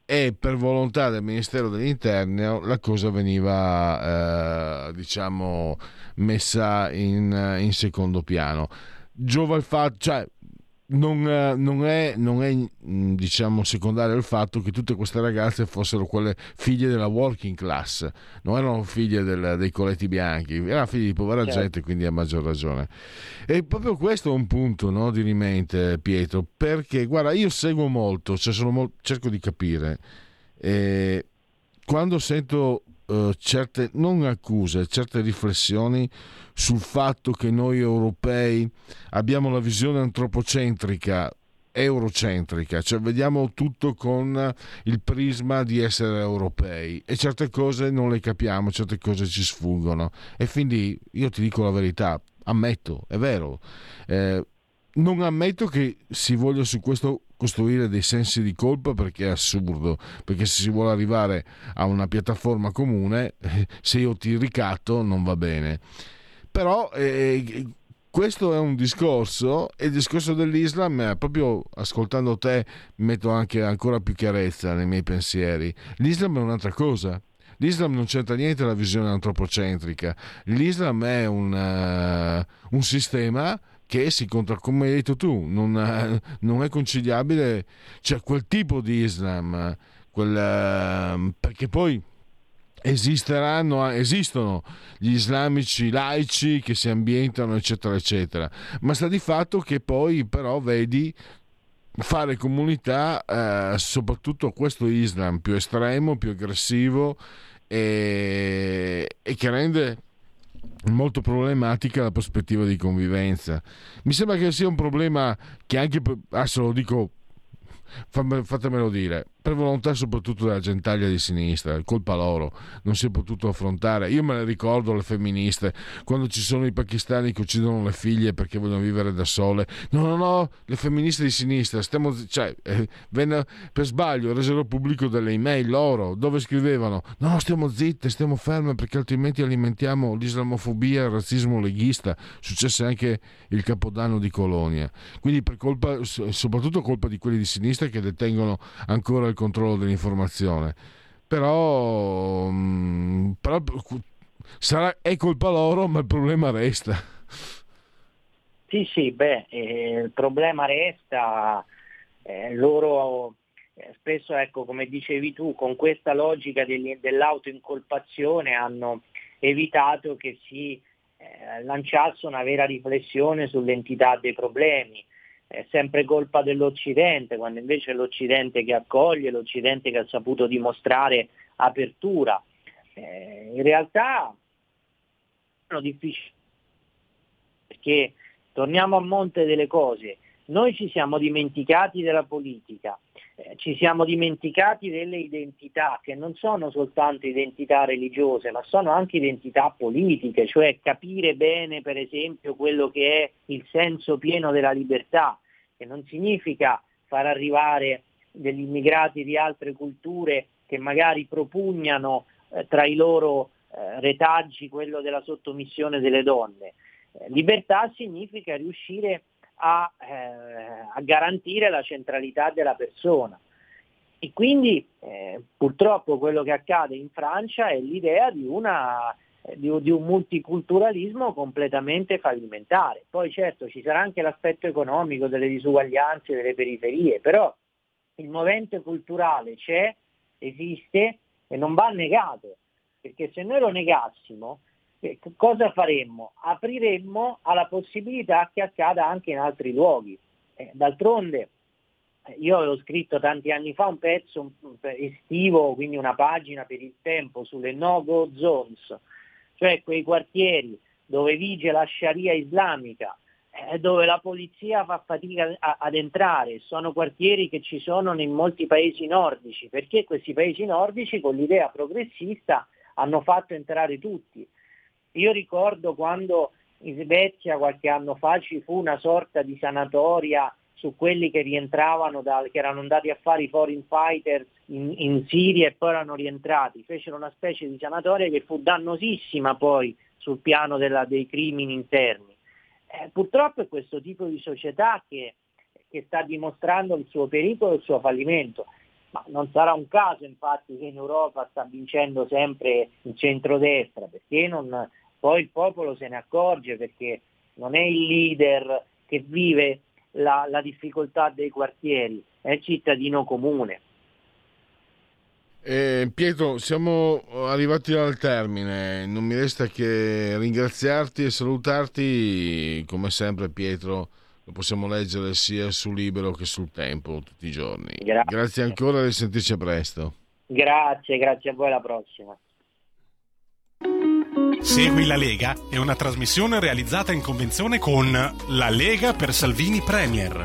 e per volontà del Ministero dell'Interno la cosa veniva diciamo messa in secondo piano. Giova il fatto, cioè non è diciamo secondario il fatto che tutte queste ragazze fossero quelle figlie della working class, non erano figlie dei colletti bianchi, erano figlie di povera gente, quindi a maggior ragione. E proprio questo è un punto, no, di rimente, Pietro, perché guarda, io seguo molto, cioè cerco di capire, quando sento certe non accuse, certe riflessioni sul fatto che noi europei abbiamo la visione antropocentrica, eurocentrica, cioè vediamo tutto con il prisma di essere europei e certe cose non le capiamo, certe cose ci sfuggono, e quindi io ti dico la verità, ammetto, è vero, non ammetto che si voglia su questo costruire dei sensi di colpa, perché è assurdo, perché se si vuole arrivare a una piattaforma comune, se io ti ricatto non va bene. Però questo è un discorso, e il discorso dell'Islam, proprio ascoltando te metto anche ancora più chiarezza nei miei pensieri. L'Islam è un'altra cosa. L'Islam non c'entra niente la visione antropocentrica. L'Islam è un sistema che come hai detto tu, non è conciliabile, cioè quel tipo di Islam, perché poi esistono gli islamici laici che si ambientano, eccetera eccetera, ma sta di fatto che poi però vedi fare comunità, soprattutto questo Islam più estremo, più aggressivo, e che rende molto problematica la prospettiva di convivenza. Mi sembra che sia un problema che anche, adesso lo dico, fatemelo dire, per volontà soprattutto della gentaglia di sinistra, colpa loro, non si è potuto affrontare. Io me le ricordo le femministe, quando ci sono i pakistani che uccidono le figlie perché vogliono vivere da sole, no, le femministe di sinistra venne per sbaglio, resero pubblico delle email loro dove scrivevano no, stiamo zitte, stiamo ferme, perché altrimenti alimentiamo l'islamofobia e il razzismo leghista. Successe anche il Capodanno di Colonia, quindi soprattutto colpa di quelli di sinistra che detengono ancora il controllo dell'informazione. Però è colpa loro, ma il problema resta. Sì, il problema resta, loro spesso, ecco, come dicevi tu, con questa logica dell'autoincolpazione hanno evitato che si lanciasse una vera riflessione sull'entità dei problemi. È sempre colpa dell'Occidente, quando invece è l'Occidente che accoglie, l'Occidente che ha saputo dimostrare apertura. In realtà è difficile, perché torniamo a monte delle cose. Noi ci siamo dimenticati della politica, ci siamo dimenticati delle identità, che non sono soltanto identità religiose, ma sono anche identità politiche, cioè capire bene, per esempio, quello che è il senso pieno della libertà, che non significa far arrivare degli immigrati di altre culture che magari propugnano tra i loro retaggi quello della sottomissione delle donne. Libertà significa riuscire a garantire la centralità della persona, e quindi purtroppo quello che accade in Francia è l'idea di un multiculturalismo completamente fallimentare. Poi certo ci sarà anche l'aspetto economico delle disuguaglianze, delle periferie, però il movente culturale c'è, esiste e non va negato, perché se noi lo negassimo, cosa faremmo? Apriremmo alla possibilità che accada anche in altri luoghi. D'altronde io avevo scritto tanti anni fa un pezzo estivo, quindi una pagina per Il Tempo, sulle no-go zones, cioè quei quartieri dove vige la Sharia islamica, dove la polizia fa fatica ad entrare. Sono quartieri che ci sono in molti paesi nordici, perché questi paesi nordici con l'idea progressista hanno fatto entrare tutti. Io ricordo quando in Svezia qualche anno fa ci fu una sorta di sanatoria su quelli che rientravano, che erano andati a fare i foreign fighters in Siria e poi erano rientrati. Fecero una specie di sanatoria che fu dannosissima poi sul piano dei crimini interni. Purtroppo è questo tipo di società che sta dimostrando il suo pericolo e il suo fallimento. Ma non sarà un caso infatti che in Europa sta vincendo sempre il centrodestra, perché poi il popolo se ne accorge, perché non è il leader che vive la difficoltà dei quartieri, è il cittadino comune. Pietro, siamo arrivati al termine, non mi resta che ringraziarti e salutarti. Come sempre, Pietro, lo possiamo leggere sia su Libero che sul Tempo tutti i giorni. Grazie ancora e risentirci a presto. Grazie a voi, alla prossima. Segui la Lega è una trasmissione realizzata in convenzione con La Lega per Salvini Premier.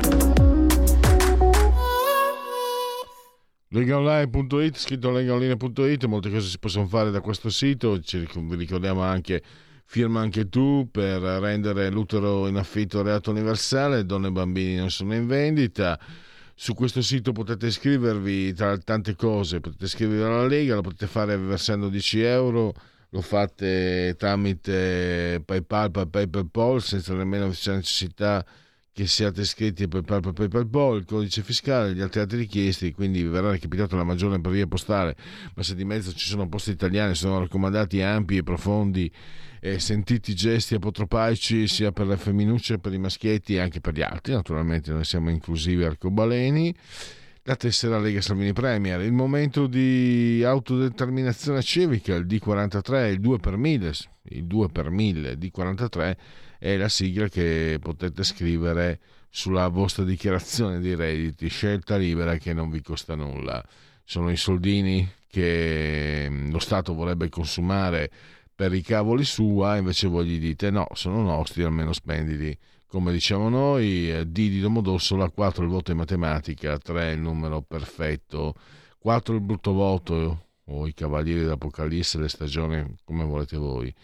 Legaonline.it, scritto legaonline.it, molte cose si possono fare da questo sito. Vi ricordiamo anche, firma anche tu per rendere l'utero in affitto reato universale, donne e bambini non sono in vendita. Su questo sito potete iscrivervi, tra tante cose potete iscrivervi alla Lega, lo potete fare versando 10 euro, lo fate tramite PayPal, PayPal, senza nemmeno necessità che siate iscritti a PayPal, il codice fiscale, gli altri richiesti, quindi vi verrà recapitato la maggiore per via postale, ma se di mezzo ci sono posti italiani, sono raccomandati ampi e profondi e sentiti gesti apotropaici sia per le femminucce, per i maschietti e anche per gli altri, naturalmente noi siamo inclusivi arcobaleni. La tessera Lega Salvini Premier, il momento di autodeterminazione civica, il D43, il 2 per 1000, il 2 per 1000 D43 è la sigla che potete scrivere sulla vostra dichiarazione di redditi, scelta libera che non vi costa nulla. Sono i soldini che lo Stato vorrebbe consumare per i cavoli sua, invece voi gli dite no, sono nostri, almeno spendili. Come diciamo noi, D di Domodossola, 4 il voto in matematica, 3 il numero perfetto, 4 il brutto voto, o i cavalieri dell'Apocalisse, le stagioni, come volete voi.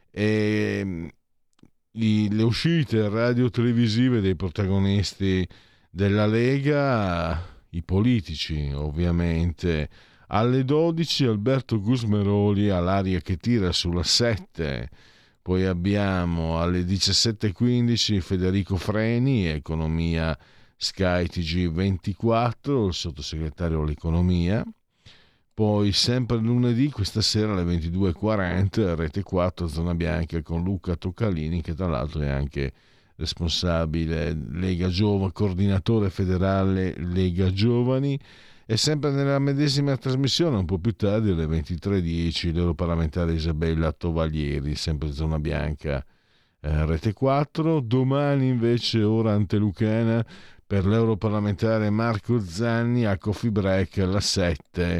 E le uscite radio-televisive dei protagonisti della Lega, i politici ovviamente. Alle 12 Alberto Gusmeroli all'aria che tira sulla 7. Poi abbiamo alle 17.15 Federico Freni, Economia Sky TG24, il sottosegretario all'economia. Poi sempre lunedì, questa sera alle 22.40, Rete 4, Zona Bianca con Luca Toccalini, che tra l'altro è anche responsabile Lega Giovani, coordinatore federale Lega Giovani. E sempre nella medesima trasmissione, un po' più tardi, alle 23.10, l'europarlamentare Isabella Tovaglieri, sempre Zona Bianca, Rete 4. Domani invece ora antelucana per l'europarlamentare Marco Zanni a Coffee Break alla 7,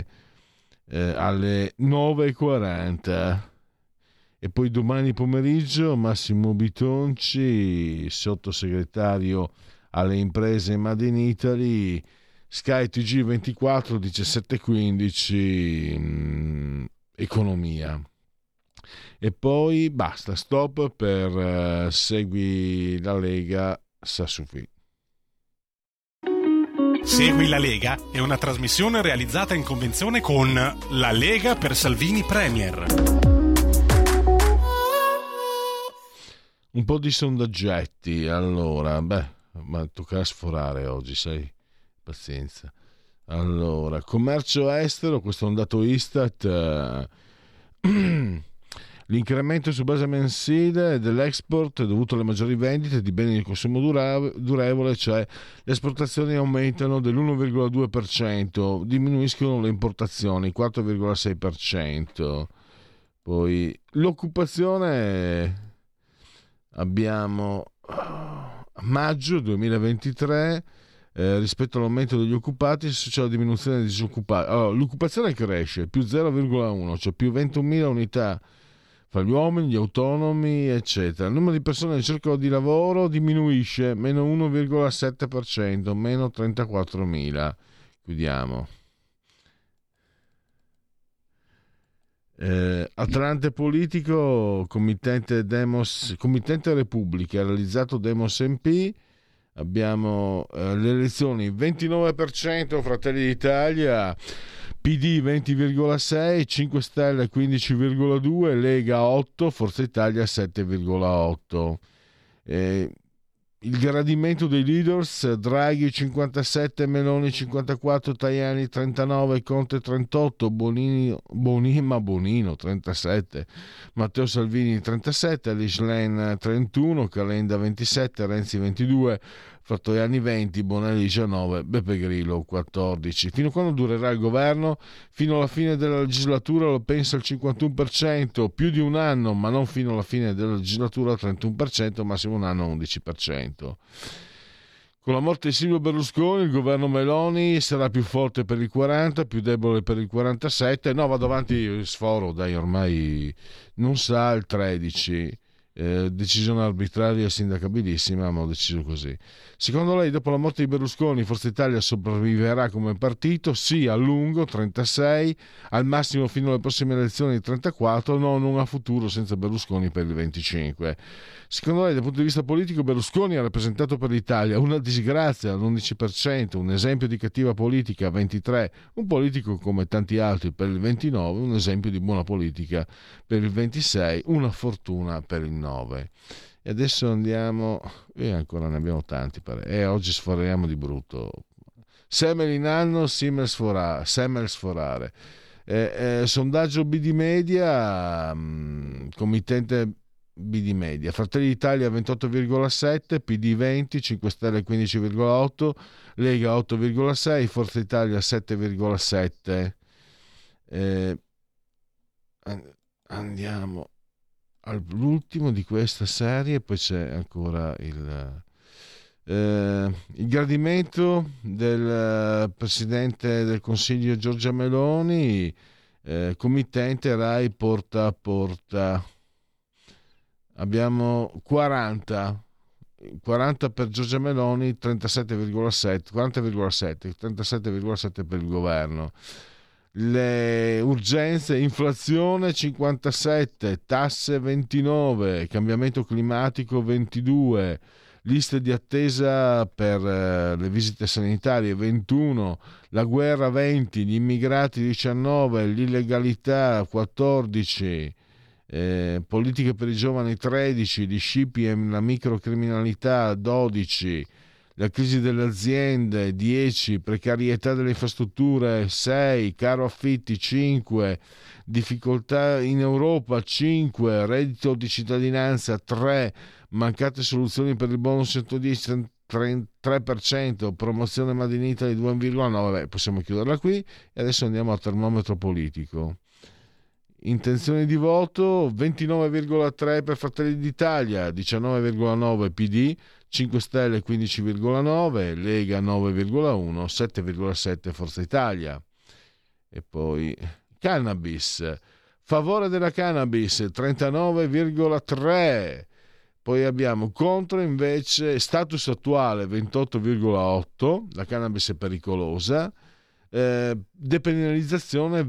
alle 9.40. E poi domani pomeriggio Massimo Bitonci, sottosegretario alle imprese Made in Italy, Sky TG24 17.15, economia. E poi basta, stop per Segui la Lega Sassufi. Segui la Lega è una trasmissione realizzata in convenzione con La Lega per Salvini Premier. Un po' di sondaggetti, allora, ma tocca sforare oggi, sai? Pazienza. Allora, commercio estero, questo è un dato Istat. L'incremento su base mensile dell'export è dovuto alle maggiori vendite di beni di consumo durevole, cioè le esportazioni aumentano dell'1,2%, diminuiscono le importazioni 4,6%. Poi l'occupazione, abbiamo maggio 2023, rispetto all'aumento degli occupati si associa alla diminuzione dei disoccupati. Allora, l'occupazione cresce più 0,1, cioè più 21.000 unità fra gli uomini, gli autonomi, eccetera. Il numero di persone in cerca di lavoro diminuisce, meno 1,7%, meno 34.000. Chiudiamo. Atlante politico, committente Repubblica, ha realizzato Demos MP. Abbiamo le elezioni, 29% Fratelli d'Italia, PD 20,6%, 5 Stelle 15,2%, Lega 8%, Forza Italia 7,8%. il gradimento dei leaders: Draghi 57, Meloni 54, Tajani 39, Conte 38, Bonino 37, Matteo Salvini 37, Alice Len 31, Calenda 27, Renzi 22, Fattoiani 20, Bonelli 19, Beppe Grillo 14. Fino a quando durerà il governo? Fino alla fine della legislatura lo pensa il 51%, più di un anno, ma non fino alla fine della legislatura il 31%, massimo un anno 11%. Con la morte di Silvio Berlusconi il governo Meloni sarà più forte per il 40, più debole per il 47. No, vado avanti, sforo, dai, ormai non sa, il 13. Decisione arbitraria e sindacabilissima, ma ho deciso così. Secondo lei, dopo la morte di Berlusconi, Forza Italia sopravviverà come partito? Sì, a lungo, 36, al massimo fino alle prossime elezioni 34, no, non ha futuro senza Berlusconi per il 25. Secondo lei, dal punto di vista politico, Berlusconi ha rappresentato per l'Italia una disgrazia all'11%, un esempio di cattiva politica 23%, un politico come tanti altri per il 29%, un esempio di buona politica per il 26%, una fortuna per il 9%. E adesso andiamo, ancora ne abbiamo tanti, oggi sforiamo di brutto. Semel in anno, Semel sforare. Sondaggio BD Media, committente BD Media, Fratelli d'Italia 28,7, PD 20, 5 Stelle 15,8, Lega 8,6, Forza Italia 7,7. Andiamo all'ultimo di questa serie, poi c'è ancora il gradimento del Presidente del Consiglio Giorgia Meloni, committente Rai porta a porta. Abbiamo 40 per Giorgia Meloni, 37,7 per il governo. Le urgenze: inflazione 57, tasse 29, cambiamento climatico 22, liste di attesa per le visite sanitarie 21, la guerra 20, gli immigrati 19, l'illegalità 14, politiche per i giovani 13, gli scippi e la microcriminalità 12, la crisi delle aziende 10, precarietà delle infrastrutture 6, caro affitti 5, difficoltà in Europa 5, reddito di cittadinanza 3, mancate soluzioni per il bonus 110 3%, promozione Made in Italy 2,9. Possiamo chiuderla qui e adesso andiamo al termometro politico. Intenzioni di voto: 29,3 per Fratelli d'Italia, 19,9 PD, 5 Stelle 15,9, Lega 9,1, 7,7 Forza Italia. E poi cannabis, favore della cannabis 39,3. Poi abbiamo contro invece status attuale 28,8, la cannabis è pericolosa. Depenalizzazione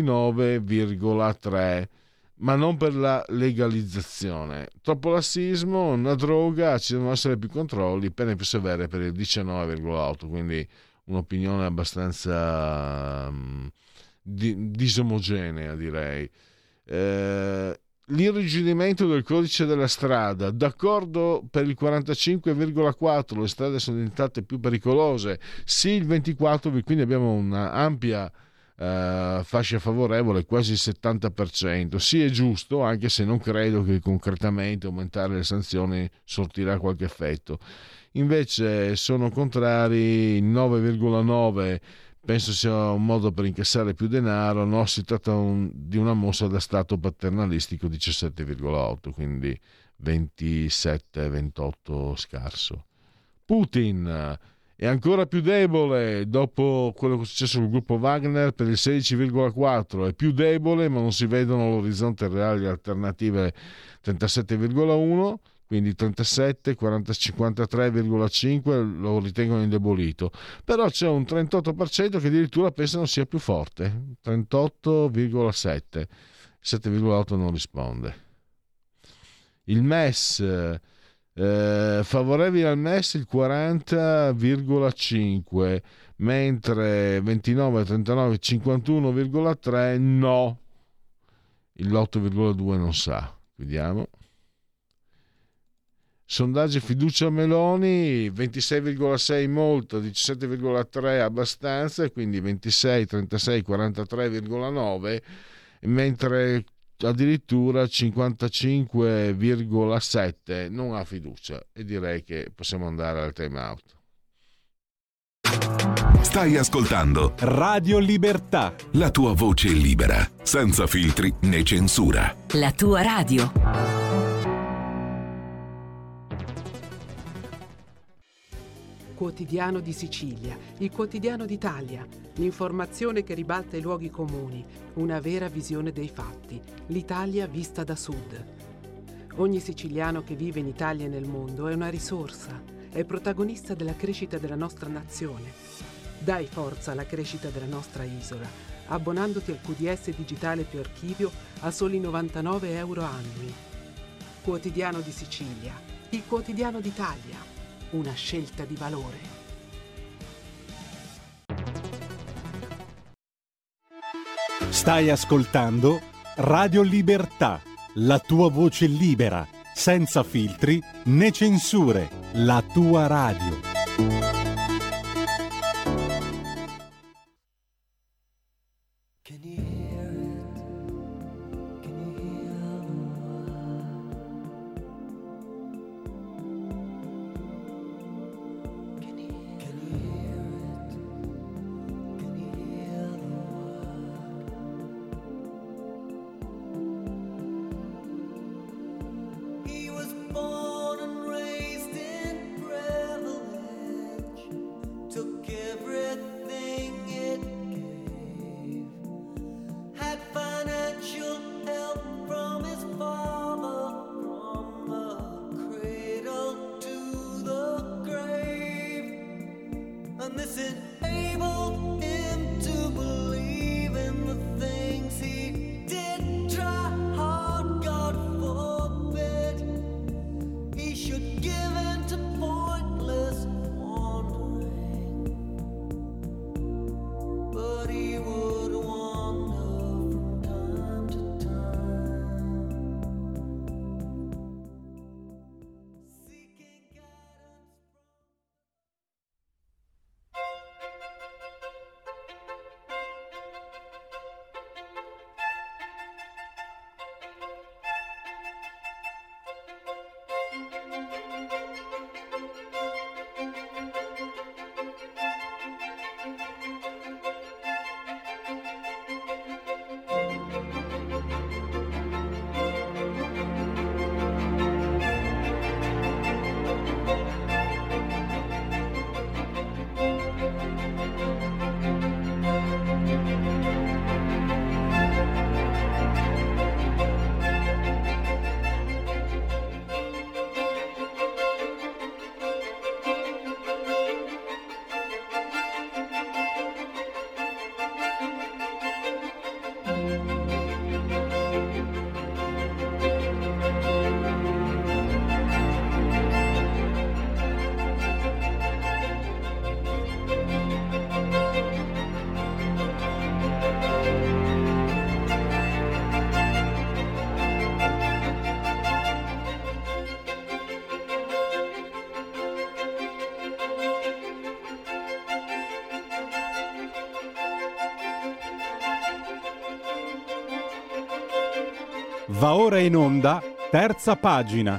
29,3, ma non per la legalizzazione. Troppo lassismo, una droga, ci devono essere più controlli, pene più severe per il 19,8, quindi un'opinione abbastanza disomogenea, direi. L'irrigidimento del codice della strada, d'accordo per il 45,4, le strade sono diventate più pericolose, sì il 24, quindi abbiamo una ampia fascia favorevole, quasi il 70%. Sì, è giusto, anche se non credo che concretamente aumentare le sanzioni sortirà qualche effetto. Invece sono contrari il 9,9, penso sia un modo per incassare più denaro. No, si tratta di una mossa da stato paternalistico, 17,8, quindi 27-28 scarso. Putin è ancora più debole dopo quello che è successo col gruppo Wagner per il 16,4, è più debole ma non si vedono all'orizzonte reali alternative, 37,1, quindi 37, 40, 53,5 lo ritengono indebolito, però c'è un 38% che addirittura pensano sia più forte, 38,7, 7,8 non risponde. Il MES, favorevoli al MES il 40,5, mentre 29, 39, 51,3 no, l'8,2 non sa. Vediamo. Sondaggi fiducia Meloni, 26,6 molto, 17,3 abbastanza, quindi 26, 36, 43,9, mentre addirittura 55,7 non ha fiducia, e direi che possiamo andare al time out. Stai ascoltando Radio Libertà. la tua voce libera, senza filtri né censura. La tua radio. Quotidiano di Sicilia, il quotidiano d'Italia, l'informazione che ribalta i luoghi comuni, una vera visione dei fatti, l'Italia vista da sud. Ogni siciliano che vive in Italia e nel mondo è una risorsa, è protagonista della crescita della nostra nazione. Dai forza alla crescita della nostra isola, abbonandoti al QDS digitale più archivio a soli 99 euro annui. Quotidiano di Sicilia, il quotidiano d'Italia, una scelta di valore. Stai ascoltando Radio Libertà, la tua voce libera, senza filtri né censure, la tua radio. Va ora in onda, terza pagina.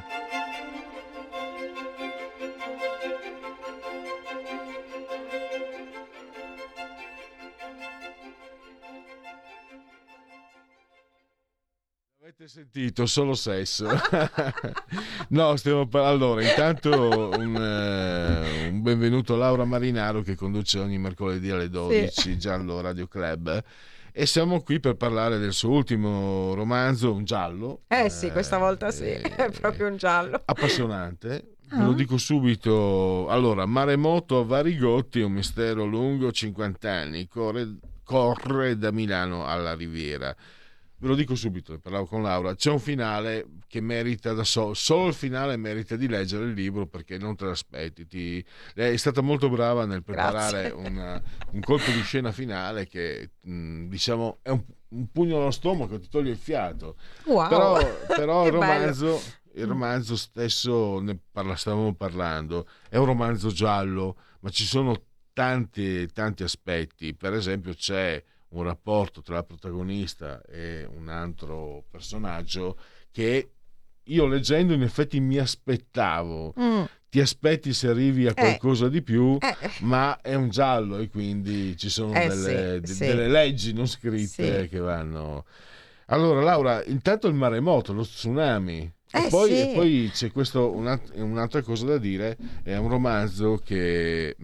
Avete sentito solo sesso? No, allora intanto un benvenuto a Laura Marinaro, che conduce ogni mercoledì alle 12 Giallo Radio Club, e siamo qui per parlare del suo ultimo romanzo, un giallo. Sì, questa volta sì, è proprio un giallo appassionante. Ve lo dico subito. Allora, Maremoto a Varigotti, un mistero lungo 50 anni, corre da Milano alla Riviera. Ve lo dico subito, parlavo con Laura, c'è un finale che merita da solo il finale merita di leggere il libro, perché non te l'aspetti. Lei è stata molto brava nel preparare un colpo di scena finale che diciamo è un pugno allo stomaco, ti toglie il fiato. Wow. Però il romanzo il romanzo stesso, stavamo parlando, è un romanzo giallo, ma ci sono tanti aspetti. Per esempio c'è un rapporto tra la protagonista e un altro personaggio che io leggendo in effetti mi aspettavo. Ti aspetti se arrivi a qualcosa di più, ma è un giallo e quindi ci sono delle leggi non scritte che vanno. Allora Laura, intanto il maremoto, lo tsunami, e poi c'è questo un'altra cosa da dire, è un romanzo che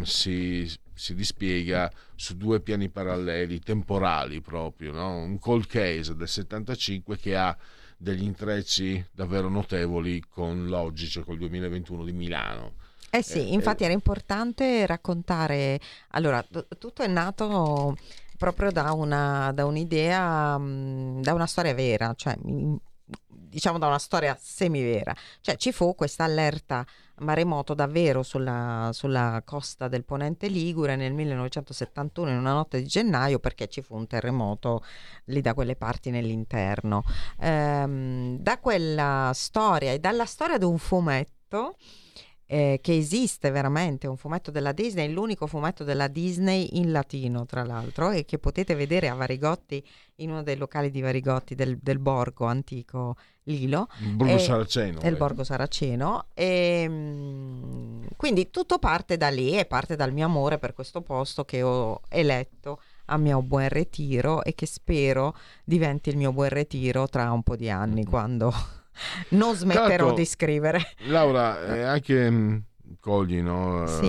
si dispiega su due piani paralleli, temporali proprio, no? Un cold case del 75 che ha degli intrecci davvero notevoli con l'oggi, cioè col 2021 di Milano. Infatti era importante raccontare. Allora, tutto è nato proprio da un'idea, da una storia vera, cioè diciamo da una storia semivera. Cioè ci fu questa allerta maremoto davvero sulla costa del Ponente Ligure nel 1971 in una notte di gennaio, perché ci fu un terremoto lì da quelle parti nell'interno. Da quella storia e dalla storia di un fumetto che esiste veramente, un fumetto della Disney, l'unico fumetto della Disney in latino tra l'altro, e che potete vedere a Varigotti, in uno dei locali di Varigotti del borgo antico Lilo, il borgo saraceno, il borgo saraceno, e quindi tutto parte da lì e parte dal mio amore per questo posto che ho eletto a mio buon ritiro e che spero diventi il mio buon ritiro tra un po' di anni, quando non smetterò di scrivere. Laura, anche cogli, no? Sì.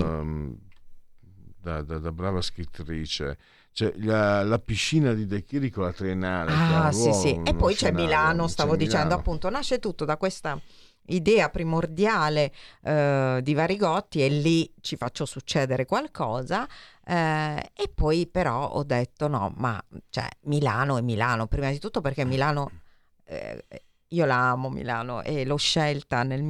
Da brava scrittrice, c'è la piscina di De Chirico, la Triennale. Sì. E poi c'è Milano, stavo dicendo, Milano. appunto, nasce tutto da questa idea primordiale di Varigotti, e lì ci faccio succedere qualcosa, e poi però ho detto no, ma cioè Milano è Milano, prima di tutto perché Milano, io la amo Milano e l'ho scelta nel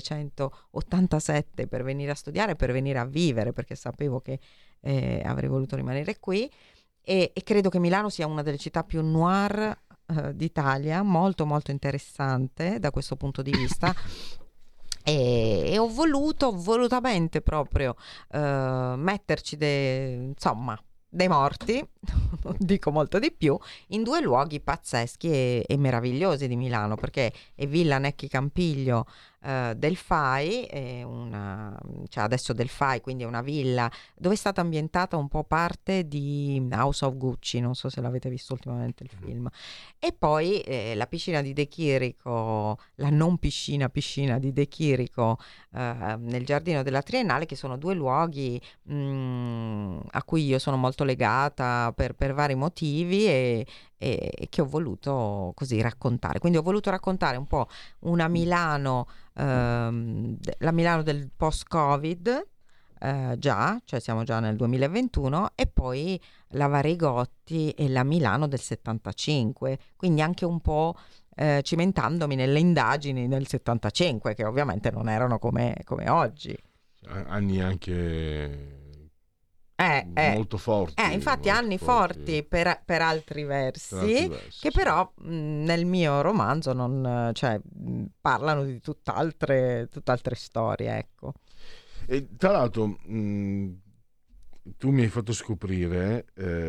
1987 per venire a studiare, per venire a vivere, perché sapevo che avrei voluto rimanere qui, e credo che Milano sia una delle città più noir d'Italia, molto molto interessante da questo punto di vista. E ho voluto volutamente proprio metterci dei morti, non dico molto di più, in due luoghi pazzeschi e meravigliosi di Milano, perché è Villa Necchi Campiglio del FAI, cioè adesso del FAI, quindi è una villa dove è stata ambientata un po' parte di House of Gucci, non so se l'avete visto ultimamente il film, e poi la piscina di De Chirico, la non piscina di De Chirico nel giardino della Triennale, che sono due luoghi a cui io sono molto legata per vari motivi e che ho voluto così raccontare. Quindi ho voluto raccontare un po' una Milano, la Milano del post-Covid, cioè siamo già nel 2021, e poi la Varigotti e la Milano del 75, quindi anche un po' cimentandomi nelle indagini del 75, che ovviamente non erano come oggi. Anni anche molto forti. Infatti molto anni forti per altri versi, che però nel mio romanzo non, parlano di tutt'altre storie, ecco. E tra l'altro tu mi hai fatto scoprire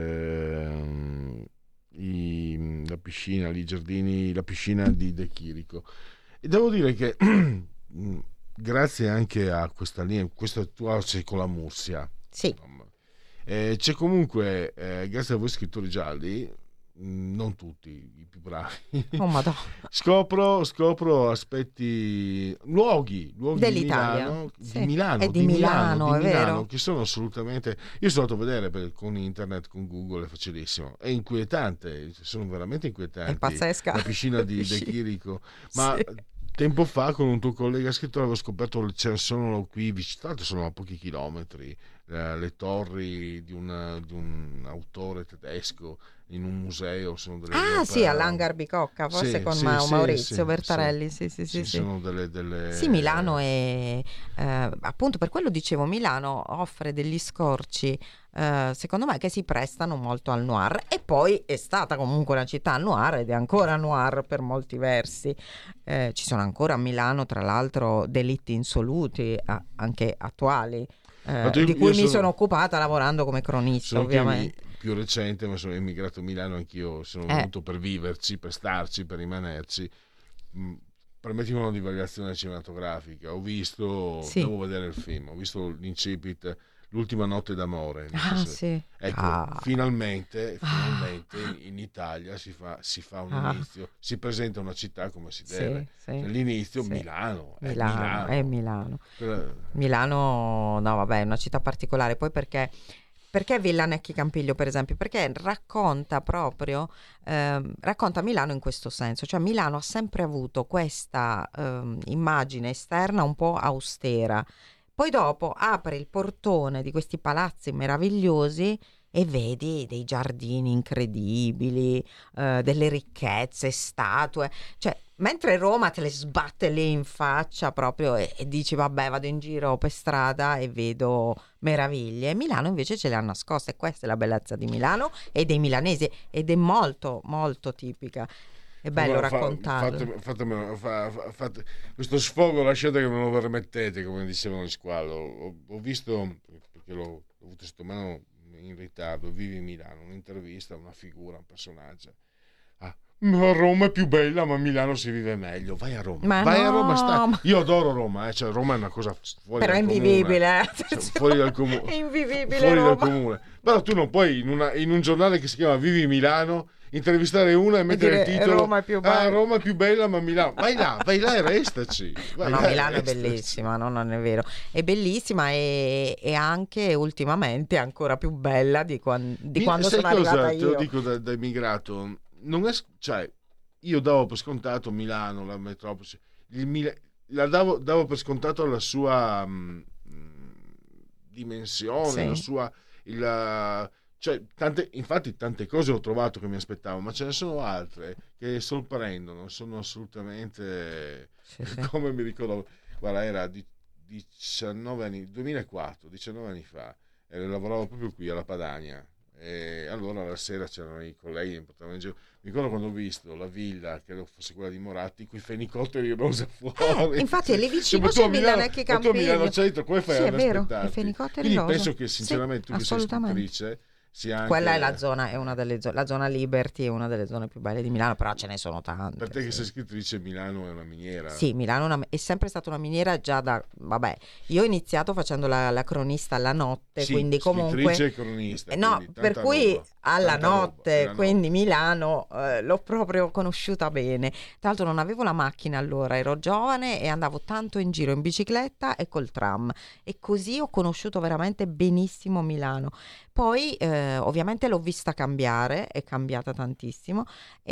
la piscina, i giardini, la piscina di De Chirico, e devo dire che grazie anche a questa linea, questa tua c'è con la Mursia, sì. C'è comunque, grazie a voi scrittori gialli, non tutti i più bravi, scopro aspetti, luoghi dell'Italia, di Milano, di Milano, è vero, che sono assolutamente, io sono andato a vedere con internet, con Google, è facilissimo, è inquietante, sono veramente inquietanti, è pazzesca la piscina di De Chirico, ma tempo fa con un tuo collega scrittore avevo scoperto che ce sono qui vicino, tra l'altro sono a pochi chilometri, le torri di un autore tedesco in un museo, sono delle all'Hangar Bicocca, forse con Maurizio Bertarelli, sì. Sono delle... Sì, Milano è appunto per quello dicevo, Milano offre degli scorci secondo me, che si prestano molto al noir, e poi è stata comunque una città noir ed è ancora noir per molti versi. Ci sono ancora a Milano, tra l'altro, delitti insoluti anche attuali, di cui mi sono occupata lavorando come cronista, ovviamente. Più recente, ma sono emigrato a Milano anch'io, sono venuto per viverci, per starci, per rimanerci. Permettimi una divagazione cinematografica. Ho visto, devo vedere il film, ho visto l'incipit, L'ultima notte d'amore. Ecco, finalmente in Italia si fa un inizio, si presenta una città come si deve. L'inizio Milano. Milano, no vabbè, è una città particolare. Poi perché Villa Necchi Campiglio, per esempio? Perché racconta proprio racconta Milano in questo senso, cioè Milano ha sempre avuto questa immagine esterna un po' austera. Poi dopo apre il portone di questi palazzi meravigliosi e vedi dei giardini incredibili, delle ricchezze, statue, cioè mentre Roma te le sbatte lì in faccia proprio e dici vabbè, vado in giro per strada e vedo meraviglie. Milano invece ce le ha nascoste, e questa è la bellezza di Milano e dei milanesi, ed è molto molto tipica. È bello raccontarlo. Fate questo sfogo, lasciate che me lo permettete, come dicevano gli Squalo. Ho visto, perché l'ho avuto sotto mano in ritardo, Vivi Milano, un'intervista a una figura, un personaggio. Roma è più bella, ma a Milano si vive meglio. Vai a Roma, a Roma. Io adoro Roma, cioè Roma è una cosa fuori però dal è invivibile, cioè, fuori dal comune. È invivibile fuori Roma. dal comune. Però tu non puoi in un giornale che si chiama Vivi Milano intervistare una e mettere il titolo Roma è più bella. Roma è più bella, ma Milano. Vai là e restaci. Milano è bellissima, no, non è vero. È bellissima e anche ultimamente ancora più bella di quando sono arrivata io. Te lo dico da immigrato. Non è, cioè, io davo per scontato Milano, la metropoli, la davo per scontato la sua dimensione, la sua cioè, infatti tante cose ho trovato che mi aspettavo, ma ce ne sono altre che sorprendono, sono assolutamente come mi ricordo, guarda, era 19 anni, 2004, 19 anni fa, e lavoravo proprio qui alla Padania. E allora la sera c'erano i colleghi che mi portavano in giro. Mi ricordo quando ho visto la villa, credo fosse quella di Moratti, con i fenicotteri rosa fuori. Infatti è lì vicino c'è Villa Necchi Campiglio. Tu a Milano Centro, come fai ad aspettarti? I fenicotteri quindi rosa. Penso che sinceramente tu che sei scrittrice sia quella è la zona, è una delle zone, la zona Liberty è una delle zone più belle di Milano, però ce ne sono tante. Per te che sei scrittrice, Milano è una miniera. Sì, Milano è sempre stata una miniera già io ho iniziato facendo la cronista alla notte, quindi comunque scrittrice e cronista, no, per cui alla notte, quindi Milano l'ho proprio conosciuta bene. Tra l'altro non avevo la macchina allora, ero giovane e andavo tanto in giro in bicicletta e col tram, e così ho conosciuto veramente benissimo Milano. Poi ovviamente l'ho vista cambiare, è cambiata tantissimo,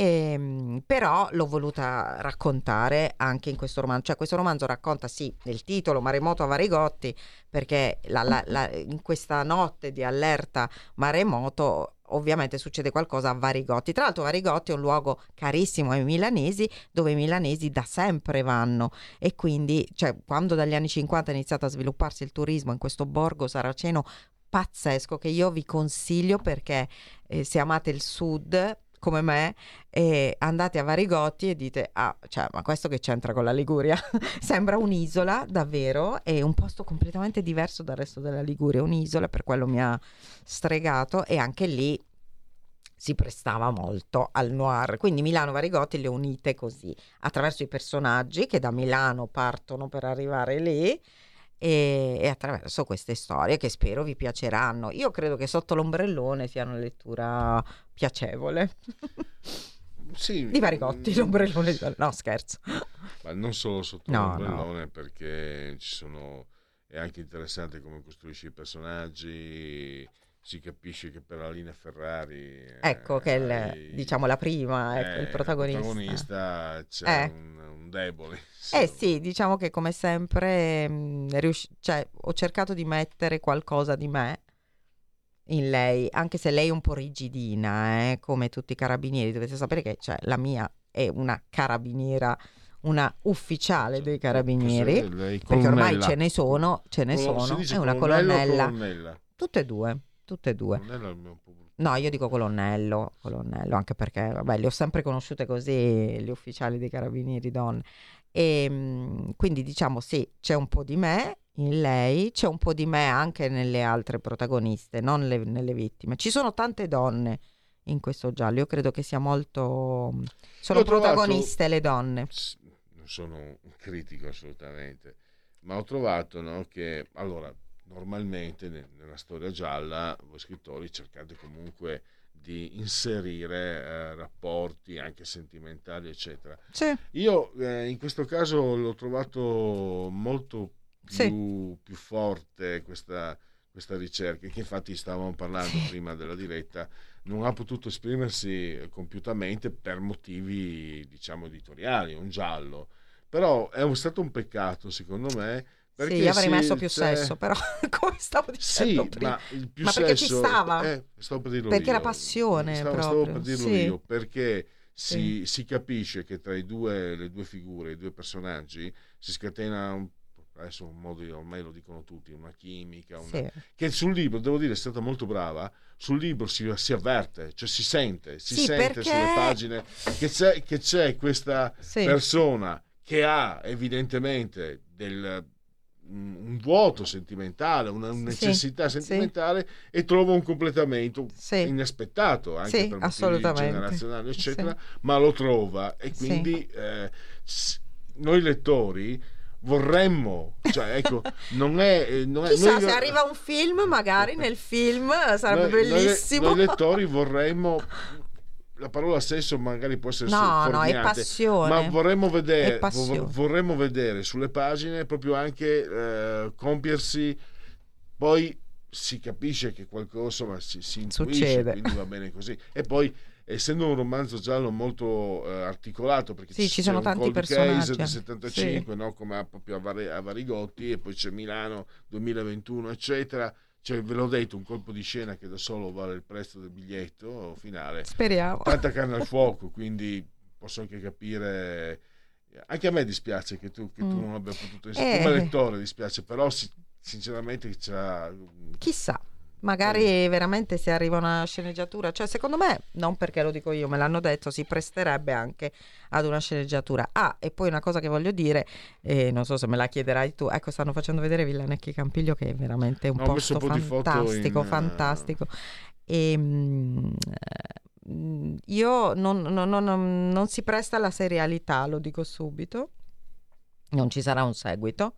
però l'ho voluta raccontare anche in questo romanzo. Cioè questo romanzo racconta, sì, nel titolo Maremoto a Varigotti, perché in questa notte di allerta maremoto ovviamente succede qualcosa a Varigotti. Tra l'altro Varigotti è un luogo carissimo ai milanesi, dove i milanesi da sempre vanno, e quindi quando dagli anni 50 è iniziato a svilupparsi il turismo in questo borgo saraceno pazzesco, che io vi consiglio, perché se amate il sud come me, andate a Varigotti e dite ma questo che c'entra con la Liguria? Sembra un'isola davvero, è un posto completamente diverso dal resto della Liguria, un'isola, per quello mi ha stregato, e anche lì si prestava molto al noir. Quindi Milano Varigotti le unite così, attraverso i personaggi che da Milano partono per arrivare lì, e attraverso queste storie che spero vi piaceranno. Io credo che Sotto l'ombrellone sia una lettura piacevole. Sì, di Varigotti, l'ombrellone no, scherzo. Ma non solo Sotto l'ombrellone, perché è anche interessante come costruisci i personaggi. Si capisce che per Alina Ferrari, ecco, che è diciamo la prima, il protagonista c'è un debole. Sì, diciamo che come sempre ho cercato di mettere qualcosa di me in lei, anche se lei è un po' rigidina, come tutti i carabinieri. Dovete sapere che la mia è una carabiniera, una ufficiale dei carabinieri, perché ormai ce ne sono, è una colonnella. Tutte e due. tutte e due. Colonnello è un po' brutto. No, io dico colonnello, anche perché, vabbè, li ho sempre conosciute così, gli ufficiali dei carabinieri donne. E quindi diciamo sì, c'è un po' di me in lei, c'è un po' di me anche nelle altre protagoniste, non nelle vittime. Ci sono tante donne in questo giallo, io credo che sia molto... Sono protagoniste le donne. Non sono un critico assolutamente, ma ho trovato, no, che allora normalmente nella storia gialla voi scrittori cercate comunque di inserire rapporti anche sentimentali eccetera. Sì. Io in questo caso l'ho trovato molto più forte questa ricerca, che infatti stavamo parlando prima della diretta, non ha potuto esprimersi compiutamente per motivi diciamo editoriali, un giallo, però è stato un peccato secondo me, perché io avrei messo più sesso, però come stavo dicendo prima, ma il più ma sesso, perché ci stava? stavo per dirlo perché io. la passione stavo per dirlo sì. io, perché si capisce che tra le due figure, i due personaggi si scatena adesso un modo, ormai lo dicono tutti, una chimica, che sul libro, devo dire, è stata molto brava. Sul libro si avverte, cioè si sente perché... sulle pagine che c'è questa persona che ha evidentemente un vuoto sentimentale, una necessità sentimentale e trova un completamento inaspettato anche per motivi generazionali eccetera, ma lo trova e quindi noi lettori vorremmo, cioè ecco, non è chissà se arriva un film, magari nel film sarebbe bellissimo. Noi lettori vorremmo, la parola sesso magari può essere no, è passione, ma vorremmo vedere sulle pagine proprio anche compiersi, poi si capisce che qualcosa si intuisce, succede, quindi va bene così. E poi essendo un romanzo giallo molto articolato, perché ci sono tanti personaggi del 75, no? Come proprio a Varigotti, e poi c'è Milano 2021 eccetera, cioè ve l'ho detto, un colpo di scena che da solo vale il prezzo del biglietto finale, speriamo, tanta carne al fuoco, quindi posso anche capire, anche a me dispiace che tu non abbia potuto come lettore dispiace, però sinceramente chissà, magari veramente se arriva una sceneggiatura, cioè secondo me, non perché lo dico io, me l'hanno detto, si presterebbe anche ad una sceneggiatura. E poi una cosa che voglio dire, non so se me la chiederai tu, ecco, stanno facendo vedere Villanecchi Campiglio, che è veramente un posto fantastico. E io non si presta alla serialità, lo dico subito, non ci sarà un seguito.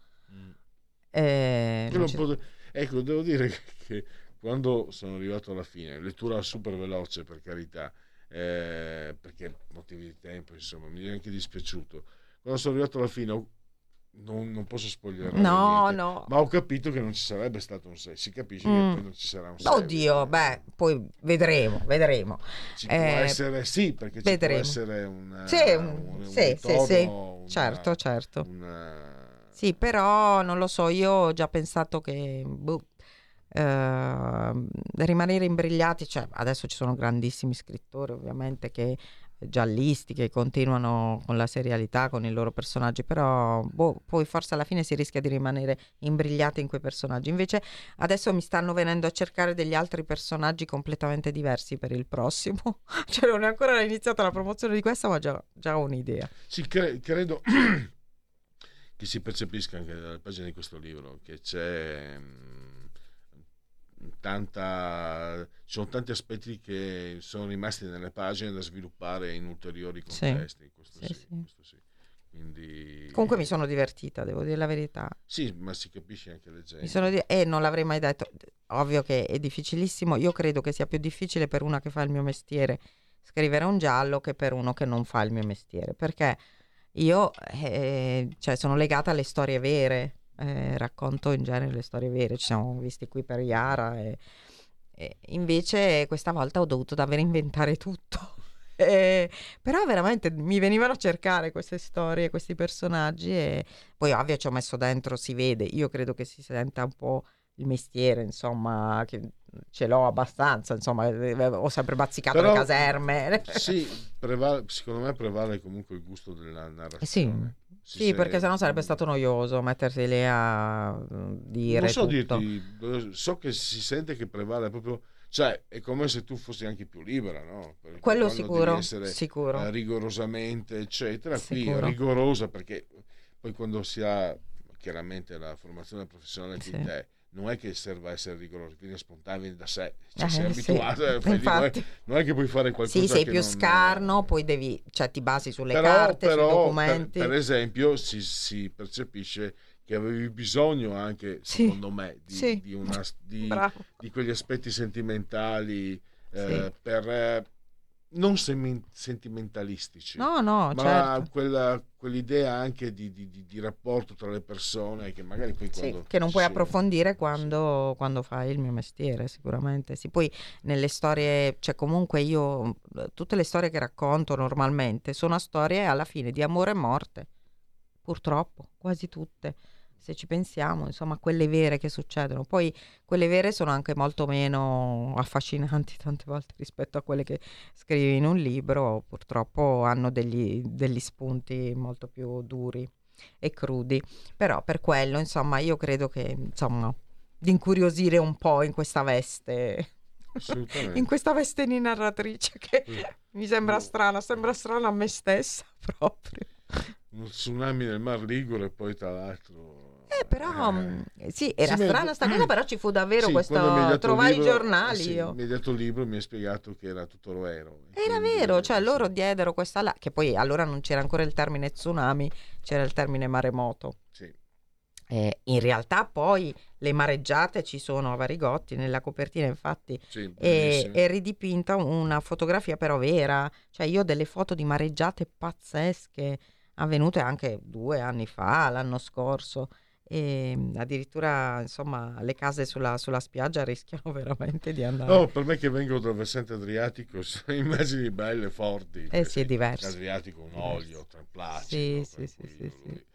Ecco, devo dire che quando sono arrivato alla fine, lettura super veloce per carità, perché motivi di tempo, insomma, mi è anche dispiaciuto. Quando sono arrivato alla fine non posso spoilerare niente, ma ho capito che non ci sarebbe stato un 6, si capisce che poi non ci sarà un 6. Oddio, poi vedremo. Ci può essere, perché vedremo. Ci può essere un ritorno, certo. Sì, però non lo so, io ho già pensato che rimanere imbrigliati, cioè adesso ci sono grandissimi scrittori ovviamente, che giallisti, che continuano con la serialità, con i loro personaggi, però poi forse alla fine si rischia di rimanere imbrigliati in quei personaggi. Invece adesso mi stanno venendo a cercare degli altri personaggi completamente diversi per il prossimo. Cioè non è ancora iniziata la promozione di questa, ma già ho un'idea. Sì, credo che si percepisca anche dalla pagina di questo libro che c'è ci sono tanti aspetti che sono rimasti nelle pagine da sviluppare in ulteriori contesti. Questo sì. Quindi comunque mi sono divertita, devo dire la verità. Sì, ma si capisce anche leggendo. Non l'avrei mai detto, ovvio che è difficilissimo. Io credo che sia più difficile per una che fa il mio mestiere scrivere un giallo che per uno che non fa il mio mestiere, perché io sono legata alle storie vere, racconto in genere le storie vere, ci siamo visti qui per Yara e invece questa volta ho dovuto davvero inventare tutto. Però veramente mi venivano a cercare queste storie, questi personaggi, e poi ovvio ci ho messo dentro, si vede, io credo che si senta un po' il mestiere, insomma, che ce l'ho abbastanza, insomma, ho sempre bazzicato Però, le caserme. Sì, secondo me prevale comunque il gusto della narrazione. Sì, perché sennò sarebbe stato noioso mettersi lì a dire non so tutto. dirti, so che si sente che prevale proprio, cioè è come se tu fossi anche più libera, no? Perché Quello quando sicuro, devi essere sicuro. Rigorosamente eccetera, Sicuro. qui rigorosa, perché poi quando si ha chiaramente la formazione professionale che Sì. in te, non è che serva essere rigoroso, viene spontaneo, viene da sé, cioè sei Sì, abituato, infatti. non è che puoi fare qualcosa Sì, sei che più non, scarno, poi cioè ti basi sulle carte, sui documenti. per esempio si percepisce che avevi bisogno anche, Sì, secondo me, sì. Bravo. di quegli aspetti sentimentali, Sì. per non sentimentalistici, No, ma certo. quell'idea anche di rapporto tra le persone che magari poi Sì, quando che non puoi sì, approfondire quando fai il mio mestiere, sicuramente. Sì, poi nelle storie, cioè comunque io, tutte le storie che racconto normalmente sono storie alla fine di amore e morte, purtroppo, quasi tutte. Se ci pensiamo, insomma, quelle vere che succedono. Poi quelle vere sono anche molto meno affascinanti tante volte rispetto a quelle che scrivi in un libro, purtroppo hanno degli spunti molto più duri e crudi. Però per quello, insomma, io credo che, insomma, di incuriosire un po' in questa veste. assolutamente. In questa veste di narratrice che mi sembra strana a me stessa proprio. Un tsunami nel Mar Ligure, poi tra l'altro Però sì, era sì, strana sta cosa, però ci fu davvero sì, questo. quando mi hai dato il Trovai i libro, giornali sì, io. mi hai dato il libro, mi hai spiegato che era tutto vero. Era Quindi, vero, cioè sì. loro diedero questa che poi allora non c'era ancora il termine tsunami, c'era il termine maremoto. Sì. In realtà poi le mareggiate ci sono a Varigotti, nella copertina infatti Sì, è ridipinta una fotografia però vera, cioè io ho delle foto di mareggiate pazzesche avvenute anche 2 anni fa, l'anno scorso, e addirittura insomma le case sulla spiaggia rischiano veramente di andare. No, per me che vengo dal versante adriatico sono immagini belle, forti. Sì, è diverso. L'Adriatico un olio, tra Sì, placido. sì.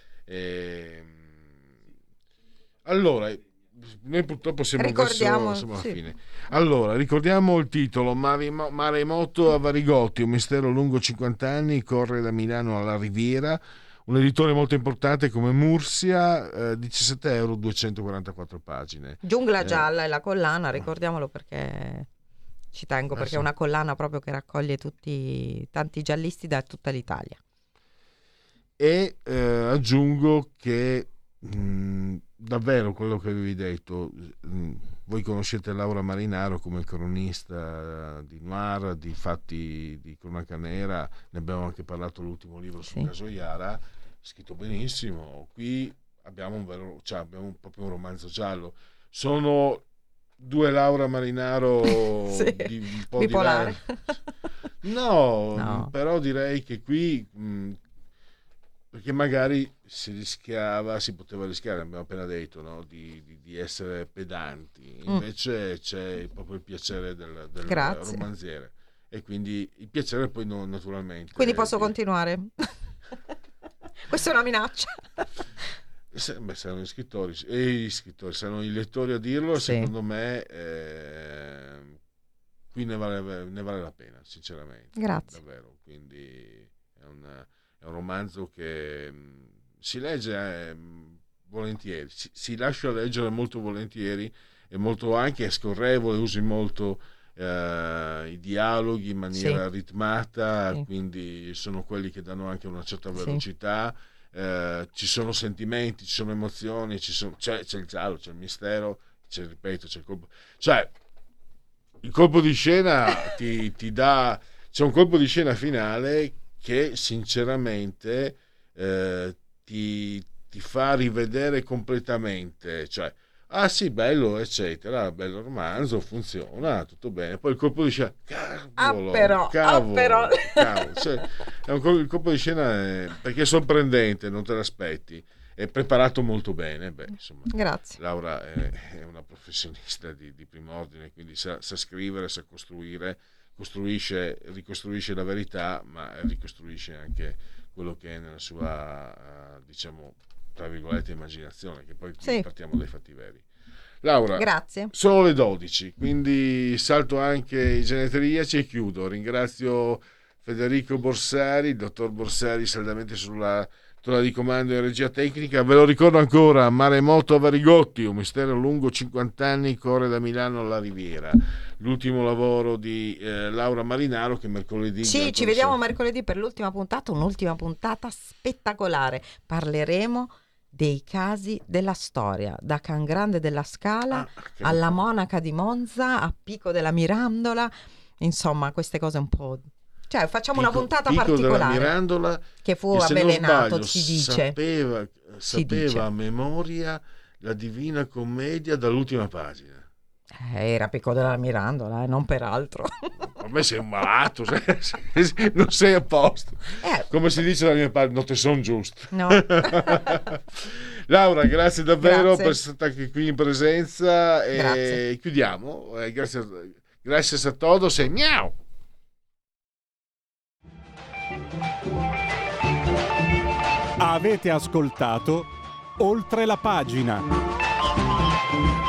Allora, noi purtroppo siamo Ricordiamo, verso la sì. fine. Allora, ricordiamo il titolo: Maremoto a Varigotti, un mistero lungo 50 anni, corre da Milano alla Riviera. Un editore molto importante come Mursia, €17, 244 pagine. Giungla gialla è la collana, ricordiamolo perché ci tengo, perché sì. è una collana proprio che raccoglie tanti giallisti da tutta l'Italia. E aggiungo che davvero quello che avevi detto, voi conoscete Laura Marinaro come cronista di noir, di fatti di cronaca nera, ne abbiamo anche parlato l'ultimo libro sul caso Iara, scritto benissimo. Qui abbiamo abbiamo proprio un romanzo giallo. Sono 2 Laura Marinaro di un po' bipolare. No, però direi che qui perché magari si poteva rischiare, abbiamo appena detto, no? di essere pedanti, invece c'è proprio il piacere del romanziere, e quindi il piacere poi naturalmente. Quindi posso continuare? Questa è una minaccia. Saranno gli scrittori, saranno i lettori a dirlo, sì. Secondo me qui ne vale la pena, sinceramente. Grazie. Davvero, quindi è un romanzo che si legge volentieri, si lascia leggere molto volentieri, è molto anche scorrevole, usi molto i dialoghi in maniera ritmata, quindi sono quelli che danno anche una certa velocità. Ci sono sentimenti, ci sono emozioni, c'è il giallo, c'è il mistero, c'è il colpo, cioè il colpo di scena ti dà, c'è un colpo di scena finale che sinceramente ti fa rivedere completamente, cioè sì, bello eccetera, bello romanzo, funziona tutto bene, poi il colpo di scena cavolo, cioè, il colpo di scena perché è sorprendente, non te l'aspetti, è preparato molto bene. Insomma, grazie. Laura è una professionista di primo ordine, quindi sa scrivere, sa ricostruisce la verità, ma ricostruisce anche quello che è nella sua diciamo tra virgolette immaginazione, che poi partiamo dai fatti veri. Laura, grazie. Sono le 12, quindi salto anche i genetriaci e chiudo. Ringrazio Federico Borsari, il dottor Borsari, saldamente sulla tolla di comando in regia tecnica. Ve lo ricordo ancora, Maremoto a Varigotti, un mistero lungo 50 anni, corre da Milano alla Riviera. L'ultimo lavoro di Laura Marinaro, che mercoledì... Sì, ci vediamo mercoledì per l'ultima puntata, un'ultima puntata spettacolare. Parleremo dei casi della storia, da Can Grande della Scala alla Monaca di Monza, a Pico della Mirandola, insomma queste cose un po'... Cioè facciamo una puntata particolare. Della Mirandola, che fu avvelenato, si dice. Sapeva a memoria la Divina Commedia dall'ultima pagina. Era Pico della Mirandola, non per altro. A me sei un malato, non sei a posto. Come si dice dalla mia parte, non te son giusto. No. Laura, grazie davvero Grazie. per essere stata qui in presenza e Grazie. chiudiamo. Grazie a todos e miau. Avete ascoltato Oltre la pagina.